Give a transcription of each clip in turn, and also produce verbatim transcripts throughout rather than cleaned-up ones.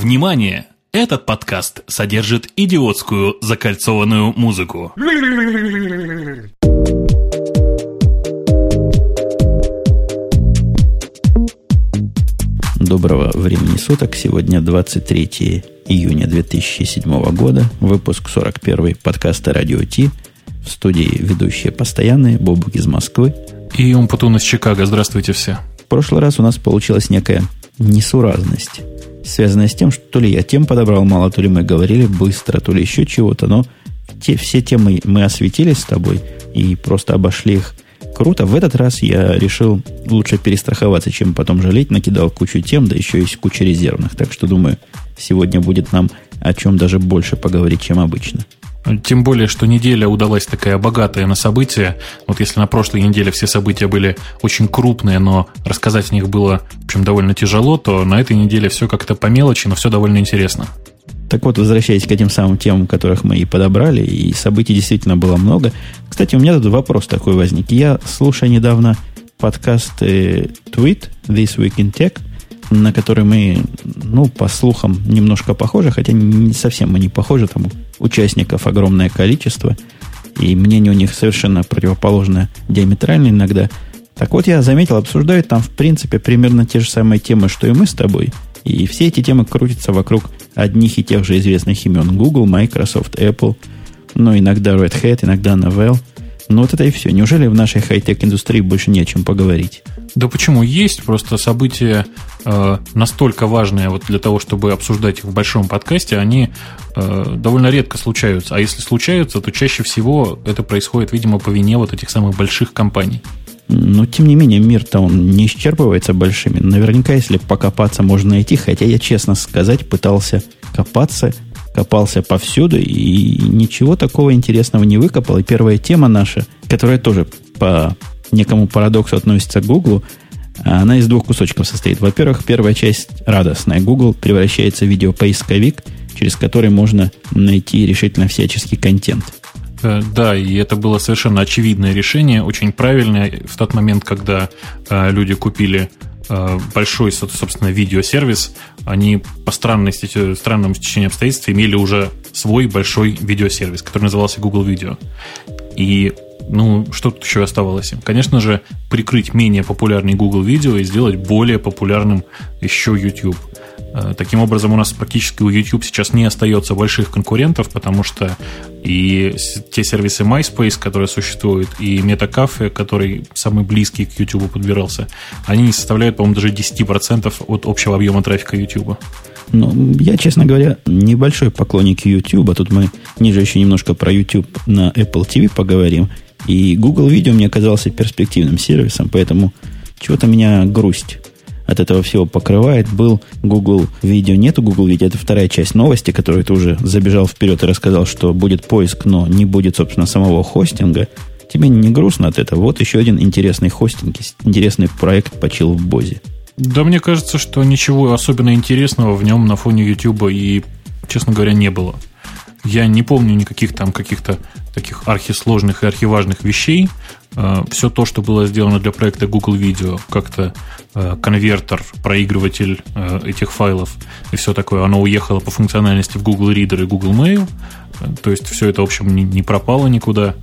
Внимание! Этот подкаст содержит идиотскую закольцованную музыку. Доброго времени суток. Сегодня двадцать третьего июня две тысячи седьмого года. Выпуск сорок первый подкаста Радио Ти. В студии ведущие постоянные Бобук из Москвы И Умпутун из Чикаго. Здравствуйте все. В прошлый раз у нас получилась некая несуразность, связанная с тем, что то ли я тем подобрал мало, то ли мы говорили быстро, то ли еще чего-то, но те, все темы мы осветили с тобой и просто обошли их круто. В этот раз я решил лучше перестраховаться, чем потом жалеть. Накидал кучу тем, да еще есть куча резервных. Так что, думаю, сегодня будет нам о чем даже больше поговорить, чем обычно. Тем более, что неделя удалась такая богатая на события. Вот если на прошлой неделе все события были очень крупные, но рассказать о них было, в общем, довольно тяжело, то на этой неделе все как-то по мелочи, но все довольно интересно. Так вот, возвращаясь к этим самым темам, которых мы и подобрали, и событий действительно было много. Кстати, у меня тут вопрос такой возник. Я слушаю недавно подкаст э, Tweet, This Week in Tech, на который мы, ну, по слухам, немножко похожи, хотя не совсем мы не похожи, там участников огромное количество, и мнение у них совершенно противоположное, диаметрально иногда. Так вот, я заметил, обсуждают там, в принципе, примерно те же самые темы, что и мы с тобой, и все эти темы крутятся вокруг одних и тех же известных имен: Google, Microsoft, Apple, ну, иногда Red Hat, иногда Novell. Ну, вот это и все. Неужели в нашей хай-тек индустрии больше не о чем поговорить? Да почему? Есть просто события э, настолько важные вот для того, чтобы обсуждать их в большом подкасте, они э, довольно редко случаются. А если случаются, то чаще всего это происходит, видимо, по вине вот этих самых больших компаний. Но, тем не менее, мир-то он не исчерпывается большими. Наверняка, если покопаться, можно найти. Хотя я, честно сказать, пытался копаться, копался повсюду, и ничего такого интересного не выкопал. И первая тема наша, которая тоже по некому парадоксу относится к Google, она из двух кусочков состоит. Во-первых, первая часть радостная. Google превращается в видеопоисковик, через который можно найти решительно всяческий контент. Да, и это было совершенно очевидное решение, очень правильное в тот момент, когда э, люди купили э, большой, собственно, видеосервис. Они по странности, странному стечению обстоятельств имели уже свой большой видеосервис, который назывался Google Video. И, ну, что тут еще оставалось им? Конечно же, прикрыть менее популярный Google Video и сделать более популярным еще YouTube. Таким образом, у нас практически у YouTube сейчас не остается больших конкурентов, потому что и те сервисы MySpace, которые существуют, и MetaCafe, который самый близкий к YouTube подбирался, они не составляют, по-моему, даже десять процентов от общего объема трафика YouTube. Ну, я, честно говоря, небольшой поклонник YouTube. Тут мы ниже еще немножко про YouTube на Apple ти ви поговорим. И Google Video мне казался перспективным сервисом, поэтому чего-то меня грусть от этого всего покрывает. Был Google Video, нету Google Video. Это вторая часть новости, которую ты уже забежал вперед и рассказал, что будет поиск, но не будет, собственно, самого хостинга. Тебе не грустно от этого? Вот еще один интересный хостинг, интересный проект почил в Бозе. Да, мне кажется, что ничего особенно интересного в нем на фоне YouTube и, честно говоря, не было. Я не помню никаких там каких-то таких архисложных и архиважных вещей. Все то, что было сделано для проекта Google Video, как-то конвертер, проигрыватель этих файлов и все такое, оно уехало по функциональности в Google Reader и Google Mail. То есть все это, в общем, не пропало никуда.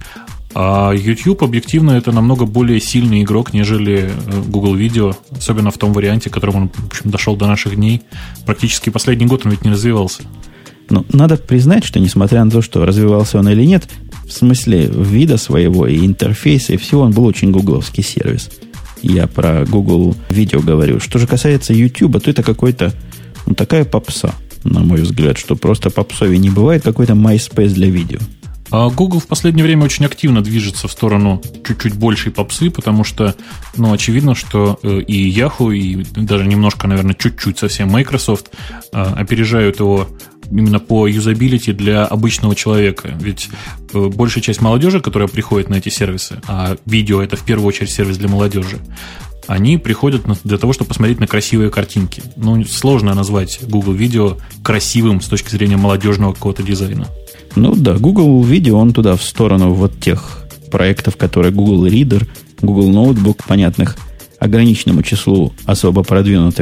А YouTube, объективно, это намного более сильный игрок, нежели Google Video, особенно в том варианте, которым он, в общем, дошел до наших дней. Практически последний год он ведь не развивался. Но надо признать, что несмотря на то, что развивался он или нет, в смысле вида своего и интерфейса, и всего, он был очень гугловский сервис. Я про Google Video говорю. Что же касается YouTube, то это какой-то, ну, такая попса, на мой взгляд, что просто попсовее не бывает, какой-то MySpace для видео. А Google в последнее время очень активно движется в сторону чуть-чуть большей попсы, потому что, ну, очевидно, что и Yahoo, и даже немножко, наверное, чуть-чуть совсем Microsoft опережают его именно по юзабилити для обычного человека. Ведь большая часть молодежи, которая приходит на эти сервисы, а видео – это в первую очередь сервис для молодежи, они приходят для того, чтобы посмотреть на красивые картинки. Ну, сложно назвать Google Video красивым с точки зрения молодежного какого-то дизайна. Ну да, Google Video, он туда в сторону вот тех проектов, которые Google Reader, Google Notebook, понятных ограниченному числу особо продвинутых в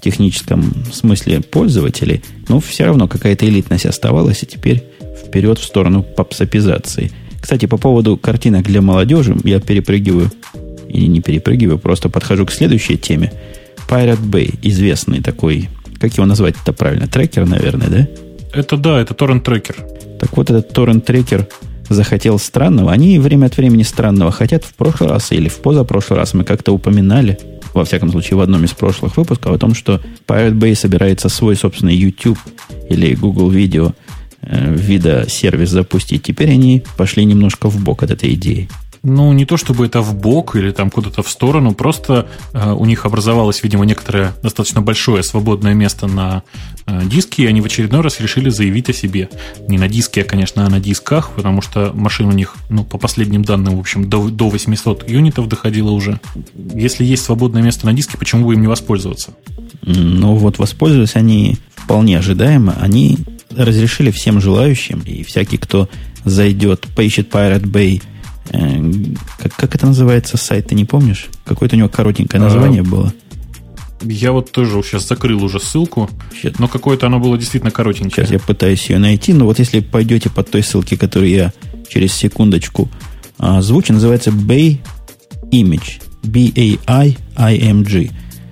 техническом смысле пользователей, но все равно какая-то элитность оставалась, и теперь вперед в сторону попсапизации. Кстати, по поводу картинок для молодежи, я перепрыгиваю, и не перепрыгиваю, просто подхожу к следующей теме. Pirate Bay, известный такой, как его назвать-то правильно, трекер, наверное, да? Это да, это торрент-трекер. Так вот, этот торрент-трекер захотел странного. Они время от времени странного хотят. В прошлый раз или в позапрошлый раз мы как-то упоминали, во всяком случае, в одном из прошлых выпусков, о том, что Pirate Bay собирается свой собственный YouTube или Google Video э, вида сервис запустить. Теперь они пошли немножко вбок от этой идеи. Ну, не то чтобы это вбок или там куда-то в сторону, просто э, у них образовалось, видимо, некоторое достаточно большое свободное место на э, диске, и они в очередной раз решили заявить о себе. Не на диске, а, конечно, а на дисках, потому что машин у них, ну, по последним данным, в общем, до, до восемьсот юнитов доходило уже. Если есть свободное место на диске, почему бы им не воспользоваться? Ну, вот воспользовались они вполне ожидаемо. Они разрешили всем желающим, и всякий, кто зайдет, поищет Pirate Bay. Как, как это называется сайт, ты не помнишь? Какое-то у него коротенькое название а, было. Я вот тоже сейчас закрыл уже ссылку, Сейчас. но какое-то оно было действительно коротенькое. Сейчас я пытаюсь ее найти, но вот если пойдете по той ссылке, которую я через секундочку озвучу, называется Bay Image. би эй ай ай эм джи.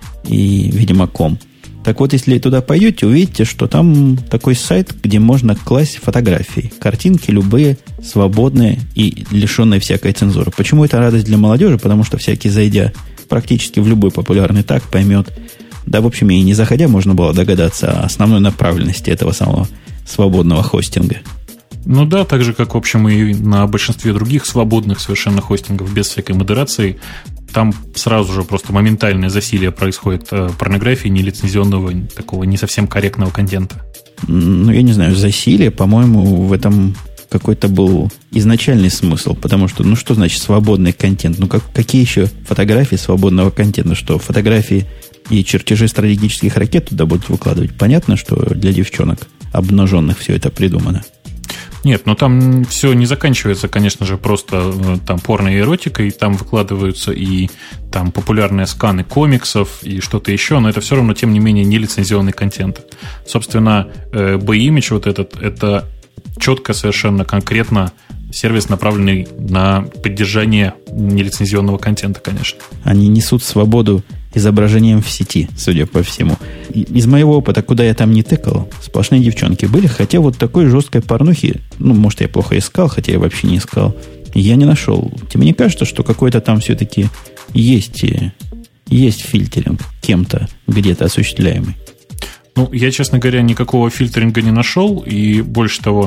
И, видимо, ком. Так вот, если туда пойдете, увидите, что там такой сайт, где можно класть фотографии, картинки любые, свободные и лишенные всякой цензуры. Почему это радость для молодежи? Потому что всякий, зайдя практически в любой популярный таг, поймет, да, в общем, и не заходя, можно было догадаться о основной направленности этого самого свободного хостинга. Ну да, так же, как, в общем, и на большинстве других свободных совершенно хостингов без всякой модерации, там сразу же просто моментальное засилие происходит э, порнографии, нелицензионного, такого не совсем корректного контента. Ну, я не знаю, засилие, по-моему, в этом какой-то был изначальный смысл, потому что, ну, что значит свободный контент? Ну, как, какие еще фотографии свободного контента? Что, фотографии и чертежи стратегических ракет туда будут выкладывать? Понятно, что для девчонок обнаженных все это придумано. Нет, но там все не заканчивается, конечно же, просто там порно и эротикой, там выкладываются и там популярные сканы комиксов и что-то еще, но это все равно, тем не менее, не лицензионный контент. Собственно, Bay Image вот этот, это четко, совершенно конкретно сервис, направленный на поддержание нелицензионного контента, конечно. Они несут свободу изображением в сети, судя по всему. Из моего опыта, куда я там не тыкал, сплошные девчонки были, хотя вот такой жесткой порнухи, ну, может, я плохо искал, хотя я вообще не искал, я не нашел. Тебе не кажется, что какой-то там все-таки есть, есть фильтринг кем-то где-то осуществляемый? Ну, я, честно говоря, никакого фильтринга не нашел, и больше того,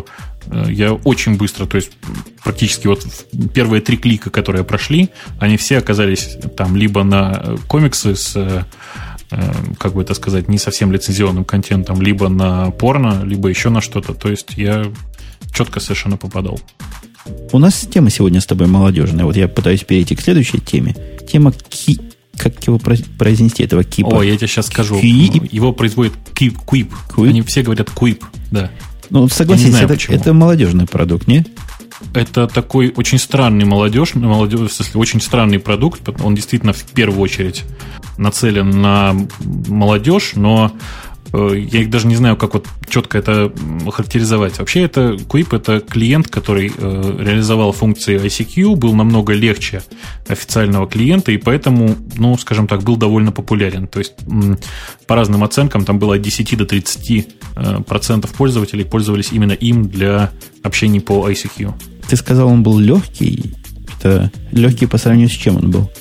я очень быстро, то есть практически вот первые три клика, которые прошли, они все оказались там либо на комиксы с, как бы это сказать, не совсем лицензионным контентом, либо на порно, либо еще на что-то. То есть я четко совершенно попадал. У нас тема сегодня с тобой молодежная. Вот я пытаюсь перейти к следующей теме. Тема ки... Как его произнести, этого кипа? О, я тебе сейчас скажу. Кип. Его производит Кип, Куип. Они все говорят Куип, да. Ну, согласись, знаю, это, это молодежный продукт, не? Это такой очень странный молодежь, молодежь, в смысле, очень странный продукт. Он действительно в первую очередь нацелен на молодежь, но я их даже не знаю, как вот четко это характеризовать. Вообще, это Куип – это клиент, который э, реализовал функции ай си кью, был намного легче официального клиента, и поэтому, ну, скажем так, был довольно популярен. То есть, м, по разным оценкам, там было от десяти до тридцати процентов пользователей пользовались именно им для общения по ай си кью. Ты сказал, он был легкий. Это легкий по сравнению с чем он был?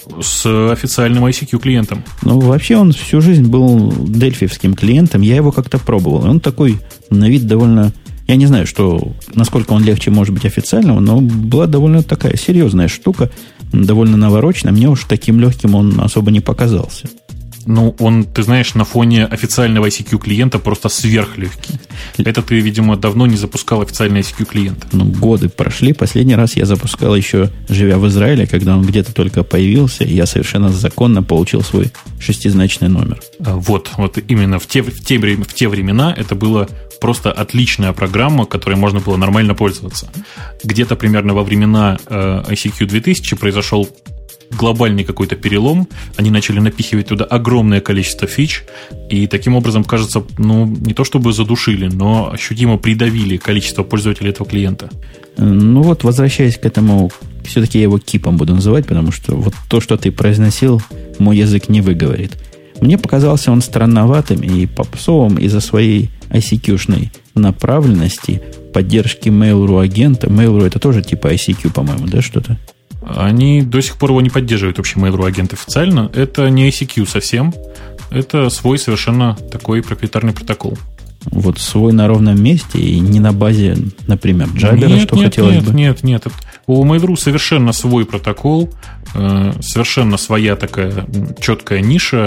С официальным ай си кью клиентом. Ну, вообще он всю жизнь был дельфиевским клиентом. Я его как-то пробовал. Он такой на вид довольно... Я не знаю, что, насколько он легче может быть официального, но была довольно такая серьезная штука, довольно навороченная. Мне уж таким легким он особо не показался. Ну, он, ты знаешь, на фоне официального ай си кью клиента просто сверхлегкий. Это ты, видимо, давно не запускал официальный ай си кью клиент. Ну, годы прошли. Последний раз я запускал еще, живя в Израиле, когда он где-то только появился, и я совершенно законно получил свой шестизначный номер. Вот, вот именно в те, в те, в те времена это было просто отличная программа, которой можно было нормально пользоваться. Где-то примерно во времена ай си кью две тысячи произошел глобальный какой-то перелом. Они начали напихивать туда огромное количество фич, и таким образом, кажется, ну, не то чтобы задушили, но ощутимо придавили количество пользователей этого клиента. Ну вот, возвращаясь к этому, все-таки я его кипом буду называть, потому что вот то, что ты произносил, мой язык не выговорит. Мне показался он странноватым и попсовым из-за своей ай си кью-шной направленности, поддержки Mail.ru агента. Mail.ru это тоже типа ай си кью, по-моему, да, что-то? Они до сих пор его не поддерживают, вообще Mail.ru агент официально. Это не ай си кью совсем. Это свой совершенно такой проприетарный протокол. Вот свой на ровном месте и не на базе, например, Jabber, нет, что нет, хотелось нет, бы. Нет, нет, нет. У Mail.ru совершенно свой протокол, совершенно своя такая четкая ниша.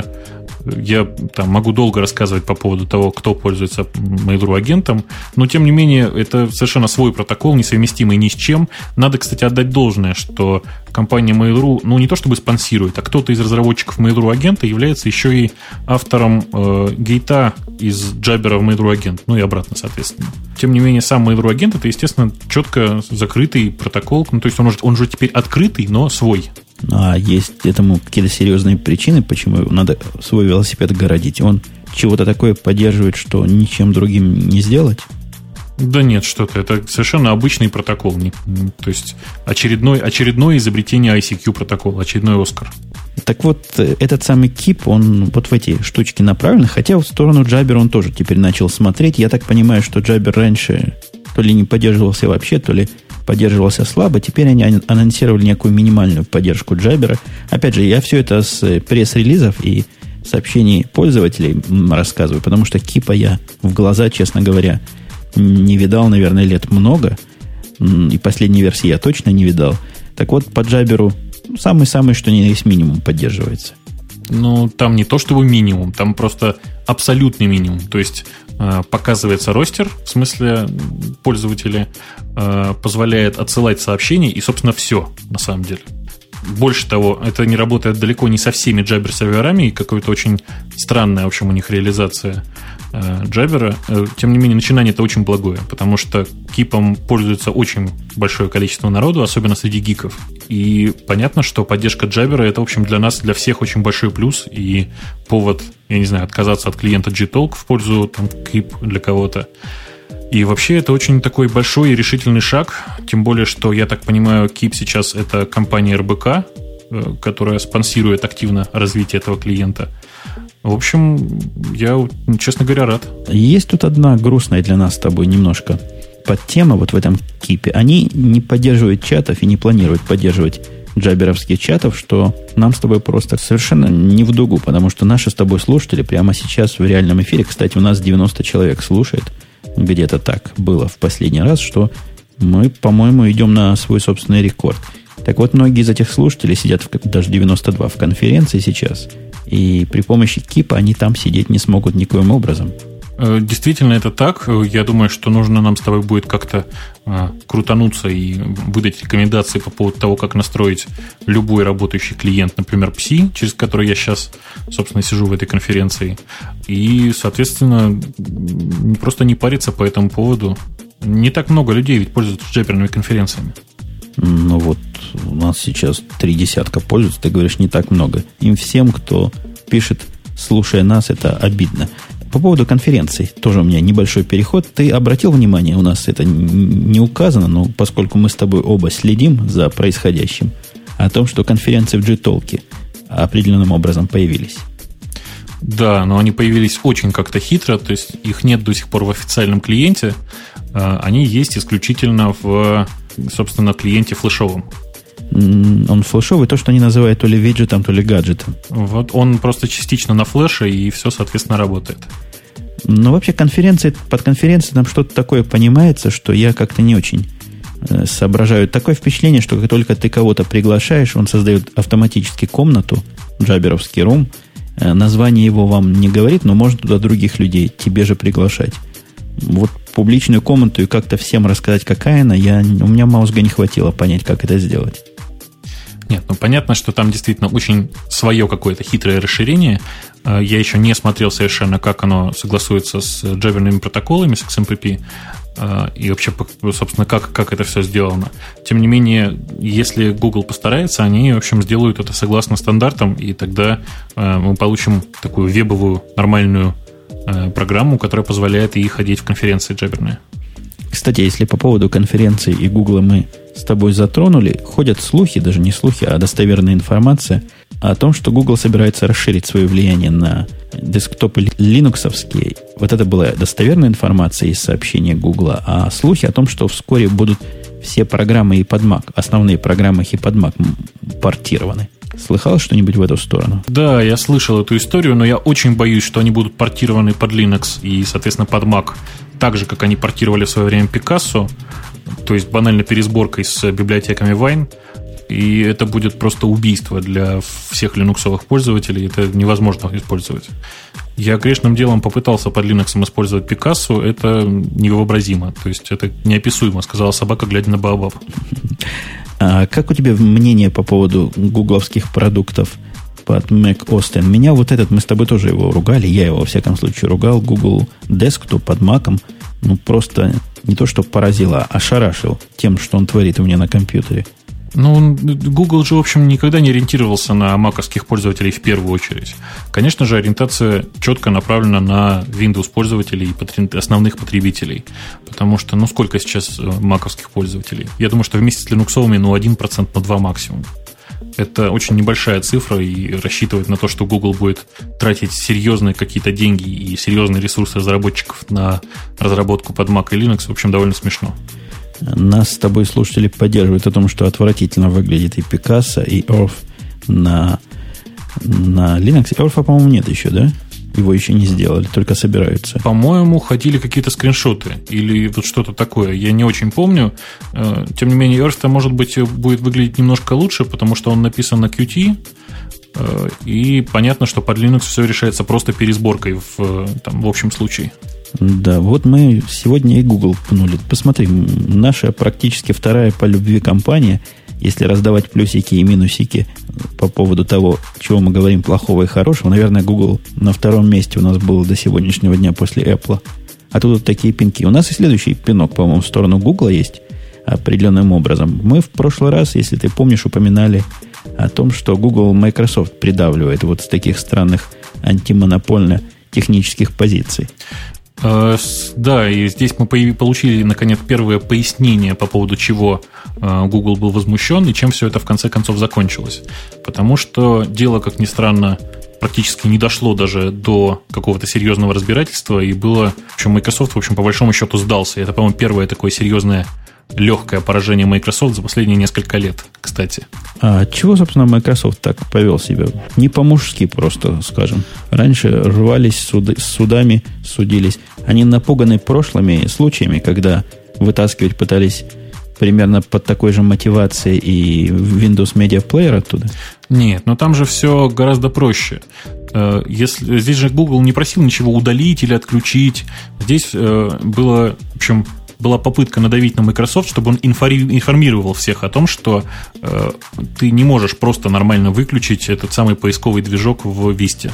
Я там могу долго рассказывать по поводу того, кто пользуется Mail.ru агентом, но, тем не менее, это совершенно свой протокол, несовместимый ни с чем. Надо, кстати, отдать должное, что компания Mail.ru, ну, не то чтобы спонсирует, а кто-то из разработчиков Mail.ru агента является еще и автором э, гейта из Jabber в Mail.ru агент, ну и обратно, соответственно. Тем не менее, сам Mail.ru агент — это, естественно, четко закрытый протокол, ну, то есть он уже, он уже теперь открытый, но свой. А есть этому какие-то серьезные причины, почему надо свой велосипед городить? Он чего-то такое поддерживает, что ничем другим не сделать? Да нет, что-то. Это совершенно обычный протокол. То есть очередной, очередное изобретение ай си кью протокола, очередной Оскар. Так вот, этот самый кип, он вот в эти штучки направлен, хотя в сторону Jabber он тоже теперь начал смотреть. Я так понимаю, что Jabber раньше то ли не поддерживался вообще, то ли поддерживался слабо. Теперь они анонсировали некую минимальную поддержку Jabber. Опять же, я все это с пресс-релизов и сообщений пользователей рассказываю, потому что кипа я в глаза, честно говоря, не видал, наверное, лет много. И последней версии я точно не видал. Так вот, по Jabber самый-самый, что ни есть, минимум поддерживается. Ну, там не то чтобы минимум, там просто абсолютный минимум. То есть э, показывается ростер, в смысле пользователя, э, позволяет отсылать сообщения, и, собственно, все на самом деле. Больше того, это не работает далеко не со всеми Jabber-серверами, и какая-то очень странная, в общем, у них реализация э, Jabber. Э, тем не менее, начинание это очень благое, потому что кипом пользуется очень большое количество народу, особенно среди гиков. И понятно, что поддержка Jabber — это, в общем, для нас, для всех очень большой плюс, и повод, я не знаю, отказаться от клиента Gtalk в пользу там, кип для кого-то. И вообще это очень такой большой и решительный шаг, тем более, что, я так понимаю, кип сейчас это компания эр бэ ка, которая спонсирует активно развитие этого клиента. В общем, я, честно говоря, рад. Есть тут одна грустная для нас с тобой немножко подтема вот в этом кипе. Они не поддерживают чатов и не планируют поддерживать джаберовских чатов, что нам с тобой просто совершенно не в дугу, потому что наши с тобой слушатели прямо сейчас в реальном эфире, кстати, у нас девяносто человек слушает, где-то так было в последний раз, что мы, по-моему, идем на свой собственный рекорд. Так вот, многие из этих слушателей сидят, в, даже девяносто два, в конференции сейчас, и при помощи кипа они там сидеть не смогут никоим образом. Действительно, это так. Я думаю, что нужно нам с тобой будет как-то а, крутануться и выдать рекомендации по поводу того, как настроить любой работающий клиент, например, пси, через который я сейчас, собственно, сижу в этой конференции. И, соответственно, просто не париться по этому поводу. Не так много людей ведь пользуются джаберными конференциями. Ну вот, у нас сейчас три десятка пользуются, ты говоришь, не так много. Им всем, кто пишет, слушая нас, это обидно. По поводу конференций, тоже у меня небольшой переход. Ты обратил внимание, у нас это не указано, но поскольку мы с тобой оба следим за происходящим, о том, что конференции в Gtalk определенным образом появились. Да, но они появились очень как-то хитро, то есть их нет до сих пор в официальном клиенте, они есть исключительно в, собственно, клиенте флешовом. Он флешовый, то, что они называют то ли виджетом, то ли гаджетом. Вот он просто частично на флеше, и все, соответственно, работает. Но вообще конференции, под конференцией там что-то такое понимается, что я как-то не очень э, соображаю. Такое впечатление, что как только ты кого-то приглашаешь, он создает автоматически комнату, джаберовский рум. Э, название его вам не говорит, но может туда других людей тебе же приглашать. Вот публичную комнату и как-то всем рассказать, какая она, я, у меня мозга не хватило понять, как это сделать. Нет, ну понятно, что там действительно очень свое какое-то хитрое расширение. Я еще не смотрел совершенно, как оно согласуется с джаберными протоколами, с икс эм пи пи, и вообще, собственно, как, как это все сделано. Тем не менее, если Google постарается, они, в общем, сделают это согласно стандартам, и тогда мы получим такую вебовую нормальную программу, которая позволяет ей ходить в конференции джаберные. Кстати, если по поводу конференции и Гугла мы с тобой затронули, ходят слухи, даже не слухи, а достоверная информация о том, что Google собирается расширить свое влияние на десктопы линуксовские. Вот это была достоверная информация из сообщения Гугла, а слухи о том, что вскоре будут все программы и под Mac, основные программы и под Mac портированы. Слыхал что-нибудь в эту сторону? Да, я слышал эту историю, но я очень боюсь, что они будут портированы под Linux и, соответственно, под Mac, так же, как они портировали в свое время Picasso, то есть банально пересборкой с библиотеками Wine, и это будет просто убийство для всех линуксовых пользователей, это невозможно использовать. Я грешным делом попытался под Linux использовать Picasso, это невообразимо, то есть это неописуемо, сказала собака, глядя на Baobab. А как у тебя мнение по поводу гугловских продуктов под Mac о эс X? Меня вот этот, мы с тобой тоже его ругали, я его во всяком случае ругал, Google Desktop под Mac'ом, ну просто не то что поразило, а ошарашил тем, что он творит у меня на компьютере. Ну, Google же, в общем, никогда не ориентировался на маковских пользователей в первую очередь. Конечно же, ориентация четко направлена на Windows пользователей и основных потребителей. Потому что, ну, сколько сейчас маковских пользователей? Я думаю, что вместе с линуксовыми, ну, один процент на два максимум. Это очень небольшая цифра, и рассчитывать на то, что Google будет тратить серьезные какие-то деньги и серьезные ресурсы разработчиков на разработку под Mac и Linux, в общем, довольно смешно. Нас с тобой слушатели поддерживают о том, что отвратительно выглядит и Picasso, и Earth на, на Linux. Earth, по-моему, нет еще, да? Его еще не сделали, только собираются. По-моему, ходили какие-то скриншоты или вот что-то такое. Я не очень помню. Тем не менее, Earth, может быть, будет выглядеть немножко лучше, потому что он написан на кью ти. И понятно, что под Linux все решается просто пересборкой в, там, в общем случае. Да, вот мы сегодня и Google пнули. Посмотри, наша практически вторая по любви компания, если раздавать плюсики и минусики по поводу того, чего мы говорим плохого и хорошего, наверное, Google на втором месте у нас был до сегодняшнего дня после Apple. А тут вот такие пинки. У нас и следующий пинок, по-моему, в сторону Google есть определенным образом. Мы в прошлый раз, если ты помнишь, упоминали о том, что Google Microsoft придавливает вот с таких странных антимонопольно-технических позиций. Да, и здесь мы получили, наконец, первое пояснение по поводу чего Google был возмущен и чем все это в конце концов закончилось. Потому что дело, как ни странно, практически не дошло даже до какого-то серьезного разбирательства, и было, в общем, Microsoft, в общем, по большому счету сдался. И это, по-моему, первое такое серьезное легкое поражение Microsoft за последние несколько лет, кстати. А чего, собственно, Microsoft так повел себя? Не по-мужски просто, скажем. Раньше рвались суды, с судами, судились. Они напуганы прошлыми случаями, когда вытаскивать пытались примерно под такой же мотивацией и Windows Media Player оттуда? Нет, но там же все гораздо проще. Если, здесь же Google не просил ничего удалить или отключить. Здесь было, в общем, была попытка надавить на Microsoft, чтобы он информировал всех о том, что э, ты не можешь просто нормально выключить этот самый поисковый движок в Vista.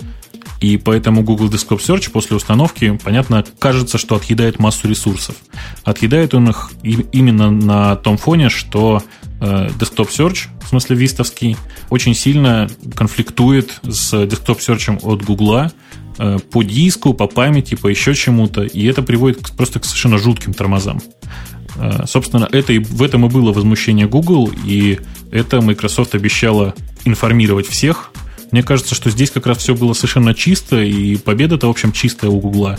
И поэтому Google Desktop Search после установки, понятно, кажется, что отъедает массу ресурсов. Отъедает он их именно на том фоне, что э, Desktop Search, в смысле вистовский, очень сильно конфликтует с Desktop Search от Google э, по диску, по памяти, по еще чему-то. И это приводит к, просто к совершенно жутким тормозам. Э, собственно, это и, в этом и было возмущение Google, и это Microsoft обещала информировать всех. Мне кажется, что здесь как раз все было совершенно чисто, и победа-то, в общем, чистая у Гугла.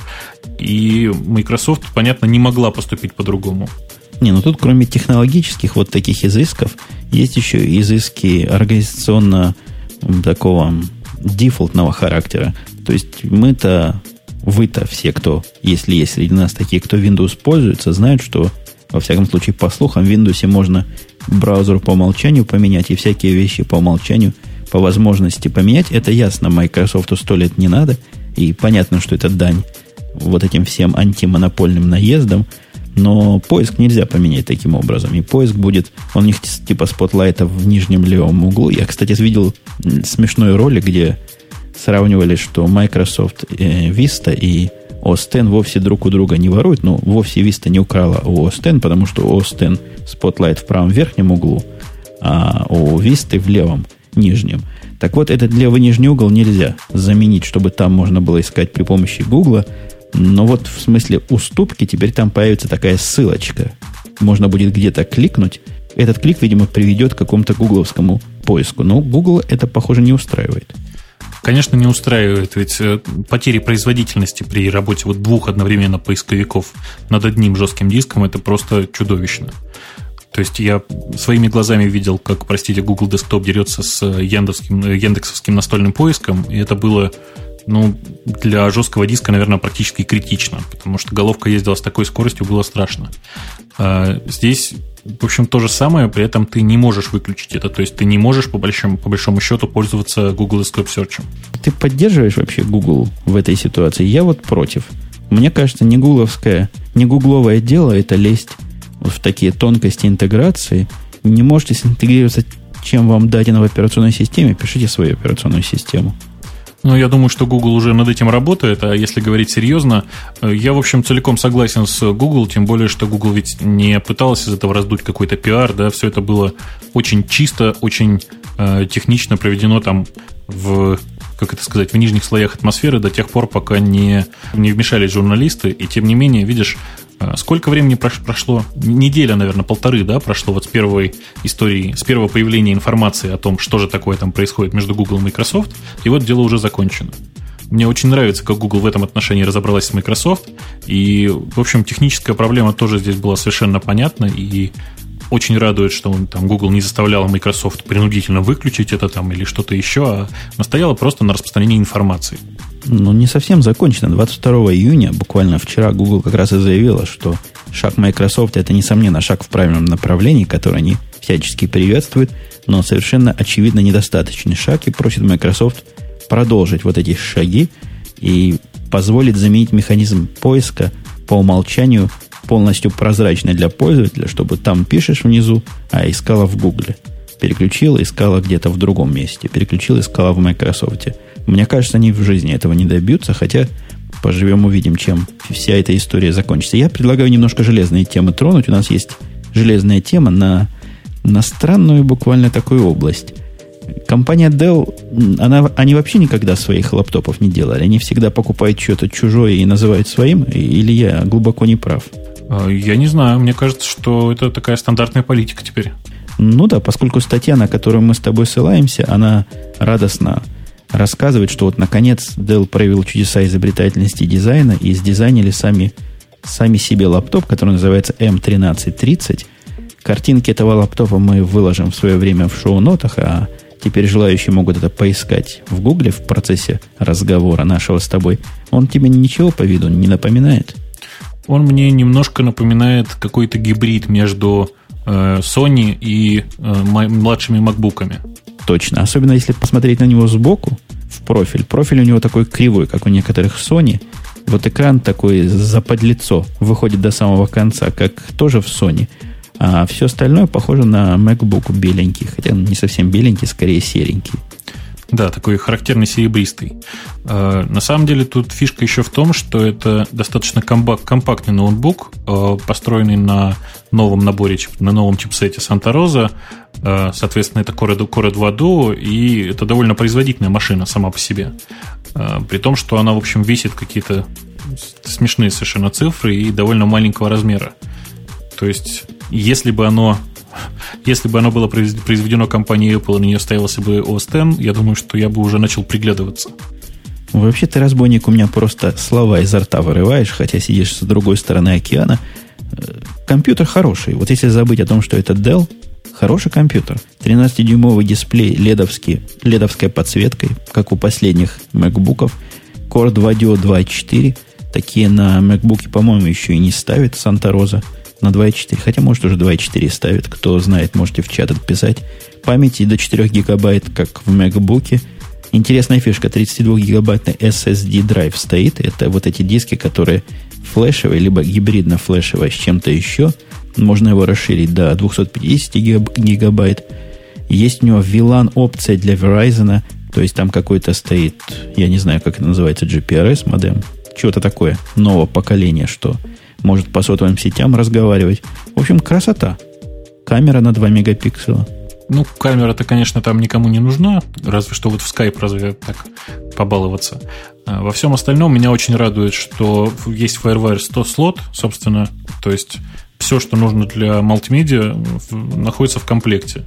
И Microsoft, понятно, не могла поступить по-другому. Не, ну тут кроме технологических вот таких изысков, есть еще изыски организационно такого дефолтного характера. То есть мы-то, вы-то все, кто, если есть среди нас такие, кто Windows пользуется, знают, что, во всяком случае, по слухам, в Windows можно браузер по умолчанию поменять и всякие вещи по умолчанию по возможности поменять. Это ясно, Microsoft сто лет не надо, и понятно, что это дань вот этим всем антимонопольным наездам. Но поиск нельзя поменять таким образом. И поиск будет... Он у них типа спотлайта в нижнем левом углу. Я, кстати, видел смешной ролик, где сравнивали, что Microsoft Vista и о эс X вовсе друг у друга не воруют. Но вовсе Vista не украла у о эс X, потому что у о эс X спотлайт в правом верхнем углу, а у Vista в левом нижнем. Так вот, этот левый нижний угол нельзя заменить, чтобы там можно было искать при помощи Гугла. Но вот в смысле уступки теперь там появится такая ссылочка. Можно будет где-то кликнуть. Этот клик, видимо, приведет к какому-то гугловскому поиску. Но Google это, похоже, не устраивает. Конечно, не устраивает, ведь потери производительности при работе вот двух одновременно поисковиков над одним жестким диском – это просто чудовищно. То есть я своими глазами видел, как, простите, Google Desktop дерется с яндексовским, яндексовским настольным поиском, и это было... Ну, для жесткого диска, наверное, практически критично, потому что головка ездила с такой скоростью, было страшно. А здесь, в общем, то же самое, при этом ты не можешь выключить это. То есть ты не можешь, по большому, по большому счету, пользоваться Google Desktop Search. Ты поддерживаешь вообще Google в этой ситуации? Я вот против. Мне кажется, не гугловское, не гугловое дело это лезть в такие тонкости интеграции. Не можете синтегрироваться, чем вам дадено в операционной системе, пишите свою операционную систему. Ну, я думаю, что Google уже над этим работает, а если говорить серьезно, я, в общем, целиком согласен с Google, тем более, что Google ведь не пыталась из этого раздуть какой-то пиар, да, все это было очень чисто, очень э, технично проведено там в, как это сказать, в нижних слоях атмосферы до тех пор, пока не, не вмешались журналисты, и тем не менее, видишь, сколько времени прошло? Неделя, наверное, полторы, да, прошло вот с первой истории, с первого появления информации о том, что же такое там происходит между Google и Microsoft, и вот дело уже закончено. Мне очень нравится, как Google в этом отношении разобралась с Microsoft, и, в общем, техническая проблема тоже здесь была совершенно понятна, и очень радует, что там Google не заставляла Microsoft принудительно выключить это там или что-то еще, а настояла просто на распространении информации. Ну, не совсем закончено. двадцать второго июня, буквально вчера, Google как раз и заявила, что шаг Microsoft – это, несомненно, шаг в правильном направлении, который они всячески приветствуют, но совершенно очевидно недостаточный шаг, и просит Microsoft продолжить вот эти шаги и позволить заменить механизм поиска по умолчанию полностью прозрачный для пользователя, чтобы там пишешь внизу, а искала в Гугле. Переключила, искала где-то в другом месте. Переключила, искала в Microsoft. Мне кажется, они в жизни этого не добьются, хотя поживем, увидим, чем вся эта история закончится. Я предлагаю немножко железные темы тронуть. У нас есть железная тема на, на странную буквально такую область. Компания Dell, она, они вообще никогда своих лаптопов не делали. Они всегда покупают что-то чужое и называют своим, или я глубоко не прав? Я не знаю. Мне кажется, что это такая стандартная политика теперь. Ну да, поскольку статья, на которую мы с тобой ссылаемся, она радостно рассказывает, что вот наконец Dell проявил чудеса изобретательности и дизайна и сдизайнили сами, сами себе лаптоп, который называется эм тринадцать тридцать. Картинки этого лаптопа мы выложим в свое время в шоу-нотах, а теперь желающие могут это поискать в Гугле в процессе разговора нашего с тобой. Он тебе ничего по виду не напоминает? Он мне немножко напоминает какой-то гибрид между э, Sony и э, младшими макбуками. Точно. Особенно если посмотреть на него сбоку, в профиль. Профиль у него такой кривой, как у некоторых Sony. Вот экран такой заподлицо выходит до самого конца, как тоже в Sony. А все остальное похоже на MacBook беленький. Хотя не совсем беленький, скорее серенький. Да, такой характерный серебристый. На самом деле тут фишка еще в том, что это достаточно компактный ноутбук, построенный на новом наборе, на новом чипсете Santa Rosa. Соответственно, это Core два Duo, и это довольно производительная машина сама по себе. При том, что она, в общем, весит какие-то смешные совершенно цифры и довольно маленького размера. То есть, если бы оно... Если бы оно было произведено компанией Apple, и на нее ставился бы о эс X, я думаю, что я бы уже начал приглядываться. Вообще, ты, разбойник, у меня просто слова изо рта вырываешь, хотя сидишь с другой стороны океана. Компьютер хороший. Вот если забыть о том, что это Dell, хороший компьютер. тринадцатидюймовый дисплей, ледовский, ледовской подсветкой, как у последних MacBook'ов. Core два Duo два и четыре. Такие на MacBook'е, по-моему, еще и не ставит Santa Rosa. На два и четыре, хотя, может, уже два и четыре ставит. Кто знает, можете в чат отписать. Памяти до четыре гигабайт, как в MacBook'е. Интересная фишка, тридцатидвухгигабайтный эс эс ди-драйв стоит. Это вот эти диски, которые флешевые, либо гибридно-флешевые с чем-то еще. Можно его расширить до двести пятьдесят гигабайт. Есть у него ви лан-опция для Verizon. То есть там какой-то стоит, я не знаю, как это называется, джи пи ар эс модем. Чего-то такое, нового поколения, что может по сотовым сетям разговаривать. В общем, красота. Камера на два мегапикселя. Ну, камера-то, конечно, там никому не нужна, разве что вот в Skype разве так побаловаться. Во всем остальном меня очень радует, что есть FireWire сто слот, собственно, то есть все, что нужно для мультимедиа, находится в комплекте.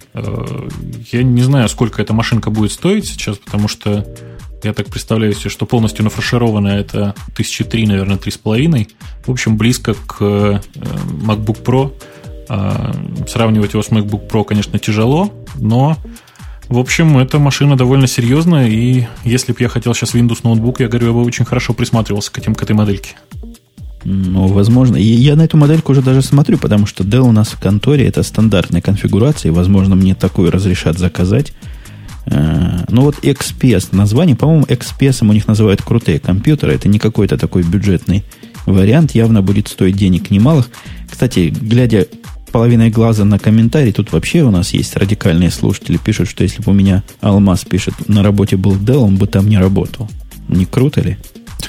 Я не знаю, сколько эта машинка будет стоить сейчас, потому что я так представляю себе, что полностью нафаршированная это тысячи три, наверное, три с половиной. В общем, близко к MacBook Pro. Сравнивать его с MacBook Pro, конечно, тяжело, но, в общем, эта машина довольно серьезная, и если бы я хотел сейчас Windows ноутбук, я говорю, я бы очень хорошо присматривался к, этим, к этой модельке. Ну, возможно. И я на эту модельку уже даже смотрю, потому что Dell у нас в конторе это стандартная конфигурация, и, возможно, мне такую разрешат заказать. Ну, вот икс пи эс название, по-моему, икс пи эс у них называют крутые компьютеры, это не какой-то такой бюджетный вариант, явно будет стоить денег немалых. Кстати, глядя половиной глаза на комментарий, тут вообще у нас есть радикальные слушатели, пишут, что если бы у меня Алмаз пишет, на работе был Dell, он бы там не работал. Не круто ли?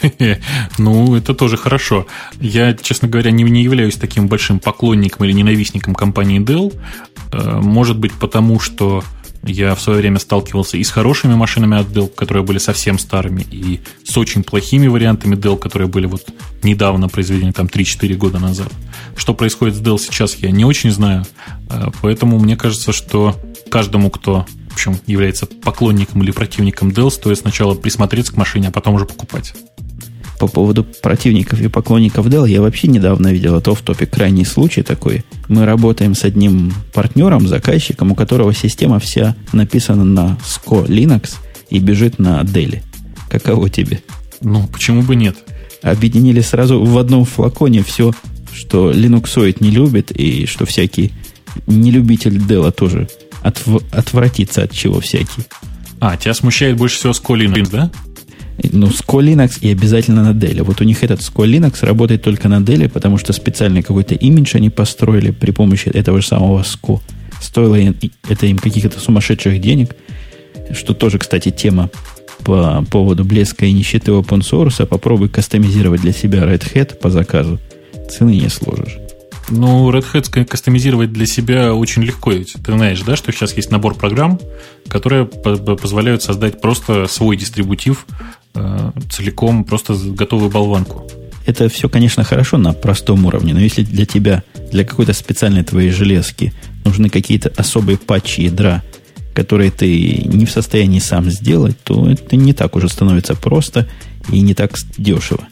Ну, это тоже хорошо. Я, честно говоря, не, не являюсь таким большим поклонником или ненавистником компании Dell. Может быть, потому что я в свое время сталкивался и с хорошими машинами от Dell, которые были совсем старыми, и с очень плохими вариантами Dell, которые были вот недавно произведены, там три-четыре года назад. Что происходит с Dell сейчас, я не очень знаю. Поэтому мне кажется, что каждому, кто, в общем, является поклонником или противником Dell, стоит сначала присмотреться к машине, а потом уже покупать. По поводу противников и поклонников Dell, я вообще недавно видел, это офф-топик, крайний случай такой. Мы работаем с одним партнером, заказчиком, у которого система вся написана на эс си о Linux и бежит на Dell. Каково тебе? Ну, почему бы нет? Объединили сразу в одном флаконе все, что линуксоид не любит, и что всякий нелюбитель Dell тоже отв- отвратится от чего всякий. А, тебя смущает больше всего эс си о Linux, да? Ну, эс си о Linux и обязательно на Dell. Вот у них этот эс си о Linux работает только на Dell, потому что специальный какой-то имидж они построили при помощи этого же самого эс си о. Стоило это им каких-то сумасшедших денег, что тоже, кстати, тема по поводу блеска и нищеты open source. Попробуй кастомизировать для себя Red Hat по заказу. Цены не сложишь. Ну, Red Hat кастомизировать для себя очень легко. Ведь ты знаешь, да, что сейчас есть набор программ, которые позволяют создать просто свой дистрибутив э, целиком, просто готовую болванку. Это все, конечно, хорошо на простом уровне, но если для тебя, для какой-то специальной твоей железки нужны какие-то особые патчи ядра, которые ты не в состоянии сам сделать, то это не так уже становится просто и не так дешево.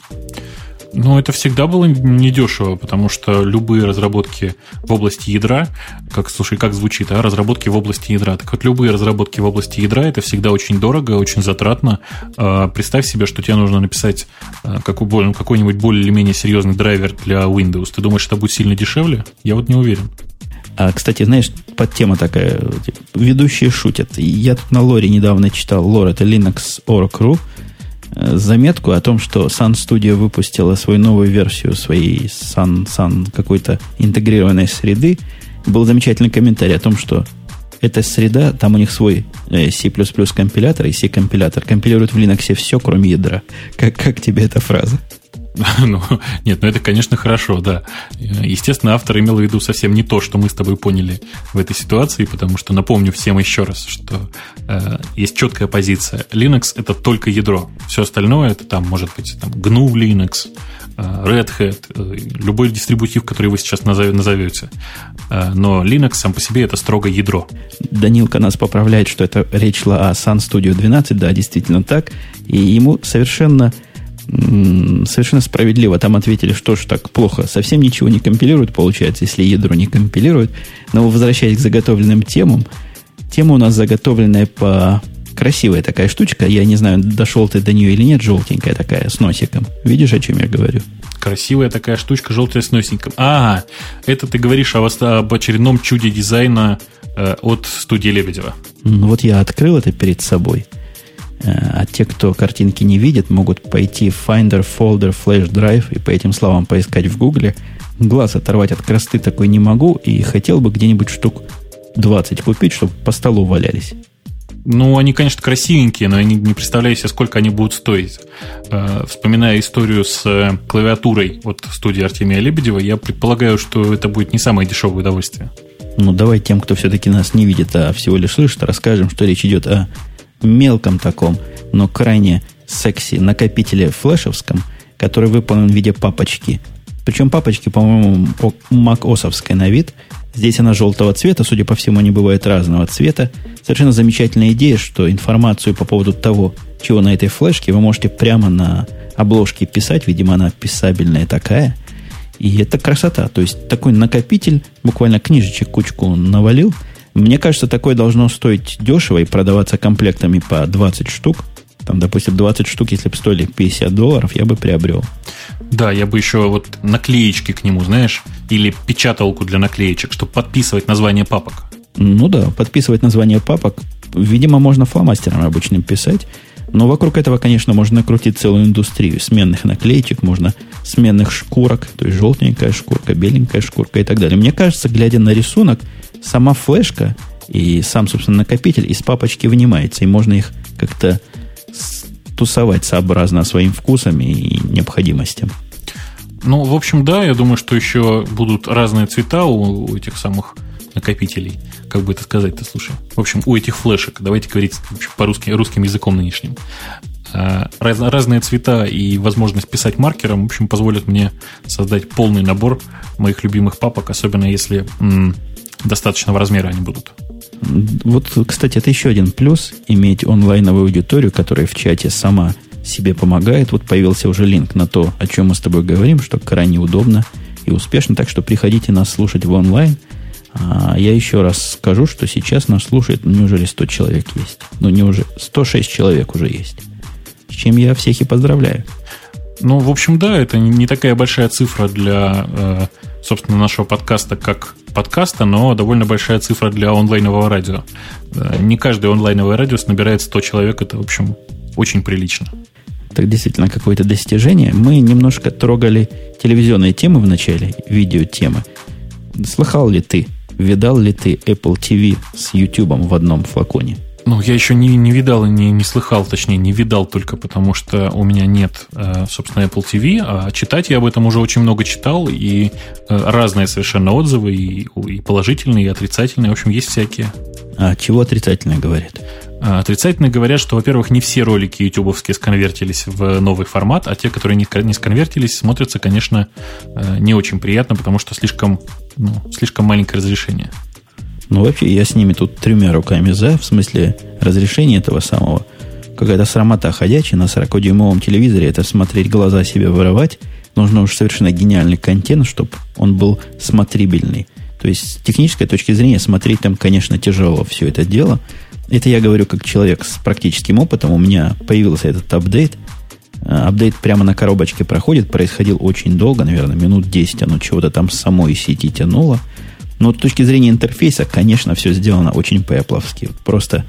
Ну, это всегда было недешево, потому что любые разработки в области ядра, как, слушай, как звучит, а, разработки в области ядра. Так вот, любые разработки в области ядра, это всегда очень дорого, очень затратно. Представь себе, что тебе нужно написать какой-нибудь более или менее серьезный драйвер для Windows. Ты думаешь, это будет сильно дешевле? Я вот не уверен. А, кстати, знаешь, подтема такая, ведущие шутят. Я тут на лоре недавно читал, лор это Linux Org точка ру, заметку о том, что Sun Studio выпустила свою новую версию своей Sun, Sun какой-то интегрированной среды. Был замечательный комментарий о том, что эта среда, там у них свой C++ компилятор и C-компилятор, компилирует в Linux все, кроме ядра. Как, как тебе эта фраза? Ну, нет, ну это, конечно, хорошо, да. Естественно, автор имел в виду совсем не то, что мы с тобой поняли в этой ситуации, потому что напомню всем еще раз, что э, есть четкая позиция. Linux — это только ядро. Все остальное — это там, может быть, там, джи эн ю Linux, э, Red Hat, э, любой дистрибутив, который вы сейчас назов, назовете. Э, но Linux сам по себе — это строго ядро. Данилка нас поправляет, что это речь шла о Sun Studio двенадцать, да, действительно так. И ему совершенно... Совершенно справедливо там ответили, что ж так плохо, совсем ничего не компилирует, получается, если ядро не компилирует. Но возвращаясь к заготовленным темам, тема у нас заготовленная по... Красивая такая штучка, я не знаю, дошел ты до нее или нет, желтенькая такая, с носиком. Видишь, о чем я говорю? Красивая такая штучка, желтая с носиком. А, это ты говоришь об очередном чуде дизайна э, от студии Лебедева. Ну вот я открыл это перед собой. А те, кто картинки не видит, могут пойти в Finder, Folder, Flash Drive и по этим словам поискать в Гугле. Глаз оторвать от красоты такой не могу, и хотел бы где-нибудь штук двадцать купить, чтобы по столу валялись. Ну, они, конечно, красивенькие, но я не, не представляю себе, сколько они будут стоить. Э, вспоминая историю с клавиатурой от студии Артемия Лебедева, я предполагаю, что это будет не самое дешевое удовольствие. Ну, давай тем, кто все-таки нас не видит, а всего лишь слышит, расскажем, что речь идет о мелком таком, но крайне секси накопителе флешевском, который выполнен в виде папочки. Причем папочки, по-моему, macOS-овской на вид. Здесь она желтого цвета, судя по всему, они бывают разного цвета. Совершенно замечательная идея, что информацию по поводу того, чего на этой флешке, вы можете прямо на обложке писать. Видимо, она писабельная такая. И это красота. То есть такой накопитель, буквально книжечек кучку навалил. Мне кажется, такое должно стоить дешево и продаваться комплектами по двадцать штук. Там, допустим, двадцать штук, если бы стоили пятьдесят долларов, я бы приобрел. Да, я бы еще вот наклеечки к нему, знаешь, или печаталку для наклеечек, чтобы подписывать название папок. Ну да, подписывать название папок. Видимо, можно фломастером обычным писать. Но вокруг этого, конечно, можно накрутить целую индустрию сменных наклеечек, можно сменных шкурок, то есть желтенькая шкурка, беленькая шкурка и так далее. Мне кажется, глядя на рисунок, сама флешка и сам, собственно, накопитель из папочки вынимается, и можно их как-то тусовать сообразно своим вкусам и необходимостям. Ну, в общем, да, я думаю, что еще будут разные цвета у, у этих самых накопителей. Как бы это сказать-то, слушай. В общем, у этих флешек, давайте говорить по-русски, русским языком нынешним. Раз, разные цвета и возможность писать маркером, в общем, позволят мне создать полный набор моих любимых папок, особенно если м, достаточного размера они будут. Вот, кстати, это еще один плюс, иметь онлайновую аудиторию, которая в чате сама себе помогает. Вот появился уже линк на то, о чем мы с тобой говорим, что крайне удобно и успешно. Так что приходите нас слушать в онлайн. А я еще раз скажу, что сейчас нас слушает, неужели сто человек есть? Ну, неужели сто шесть человек уже есть. С чем я всех и поздравляю. Ну, в общем, да, это не такая большая цифра для, собственно, нашего подкаста, как подкаста, но довольно большая цифра для онлайнового радио. Не каждое онлайновое радио набирает сто человек, это, в общем, очень прилично. Так действительно какое-то достижение. Мы немножко трогали телевизионные темы в начале, видеотемы. Слыхал ли ты, видал ли ты Apple ти ви с YouTube в одном флаконе? Ну, я еще не, не видал и не, не слыхал, точнее, не видал только потому, что у меня нет, собственно, Apple ти ви, а читать я об этом уже очень много читал, и разные совершенно отзывы, и, и положительные, и отрицательные, в общем, есть всякие. А чего отрицательные говорят? Отрицательные говорят, что, во-первых, не все ролики ютубовские сконвертились в новый формат, а те, которые не, не сконвертились, смотрятся, конечно, не очень приятно, потому что слишком, ну, слишком маленькое разрешение. Ну, вообще, я с ними тут тремя руками за, в смысле разрешения этого самого. Какая-то срамота ходячая на сорокадюймовом телевизоре, это смотреть, глаза себе вырывать. Нужно уж совершенно гениальный контент, чтобы он был смотрибельный. То есть, с технической точки зрения, смотреть там, конечно, тяжело все это дело. Это я говорю как человек с практическим опытом. У меня появился этот апдейт. Апдейт прямо на коробочке проходит, происходил очень долго, наверное, минут десять оно чего-то там с самой сети тянуло. Но с точки зрения интерфейса, конечно, все сделано очень по-эпловски. Просто,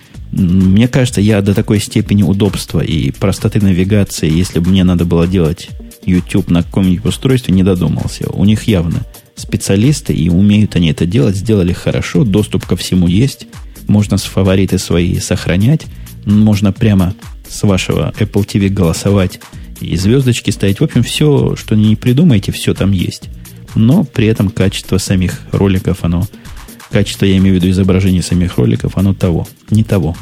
мне кажется, я до такой степени удобства и простоты навигации, если бы мне надо было делать YouTube на каком-нибудь устройстве, не додумался. У них явно специалисты, и умеют они это делать, сделали хорошо, доступ ко всему есть. Можно с фавориты свои сохранять, можно прямо с вашего Apple ти ви голосовать и звездочки ставить. В общем, все, что не придумаете, все там есть. Но при этом качество самих роликов, оно, качество, я имею в виду изображение самих роликов, оно того, не того.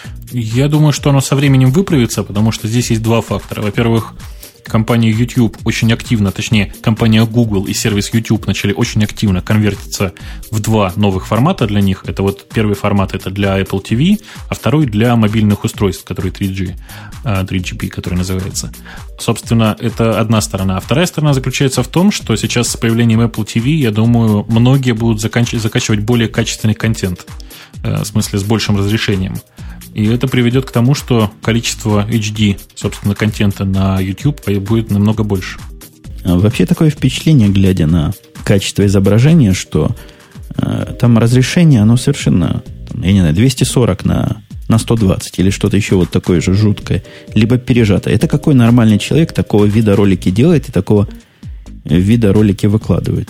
Я думаю, что оно со временем выправится, потому что здесь есть два фактора. Во-первых, компания YouTube очень активно, точнее, компания Google и сервис YouTube начали очень активно конвертиться в два новых формата для них. Это вот первый формат это для Apple ти ви, а второй для мобильных устройств, который три джи, три джи пи, который называется. Собственно, это одна сторона. А вторая сторона заключается в том, что сейчас с появлением Apple ти ви, я думаю, многие будут заканч- закачивать более качественный контент, в смысле с большим разрешением. И это приведет к тому, что количество эйч ди, собственно, контента на YouTube будет намного больше. Вообще такое впечатление, глядя на качество изображения, что э, там разрешение, оно совершенно, я не знаю, двести сорок на на сто двадцать или что-то еще вот такое же жуткое, либо пережатое. Это какой нормальный человек такого вида ролики делает и такого вида ролики выкладывает?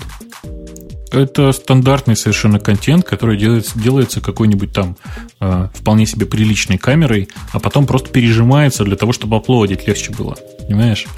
Это стандартный совершенно контент, который делается, делается какой-нибудь там э, вполне себе приличной камерой, а потом просто пережимается для того, чтобы аплодить легче было. Понимаешь?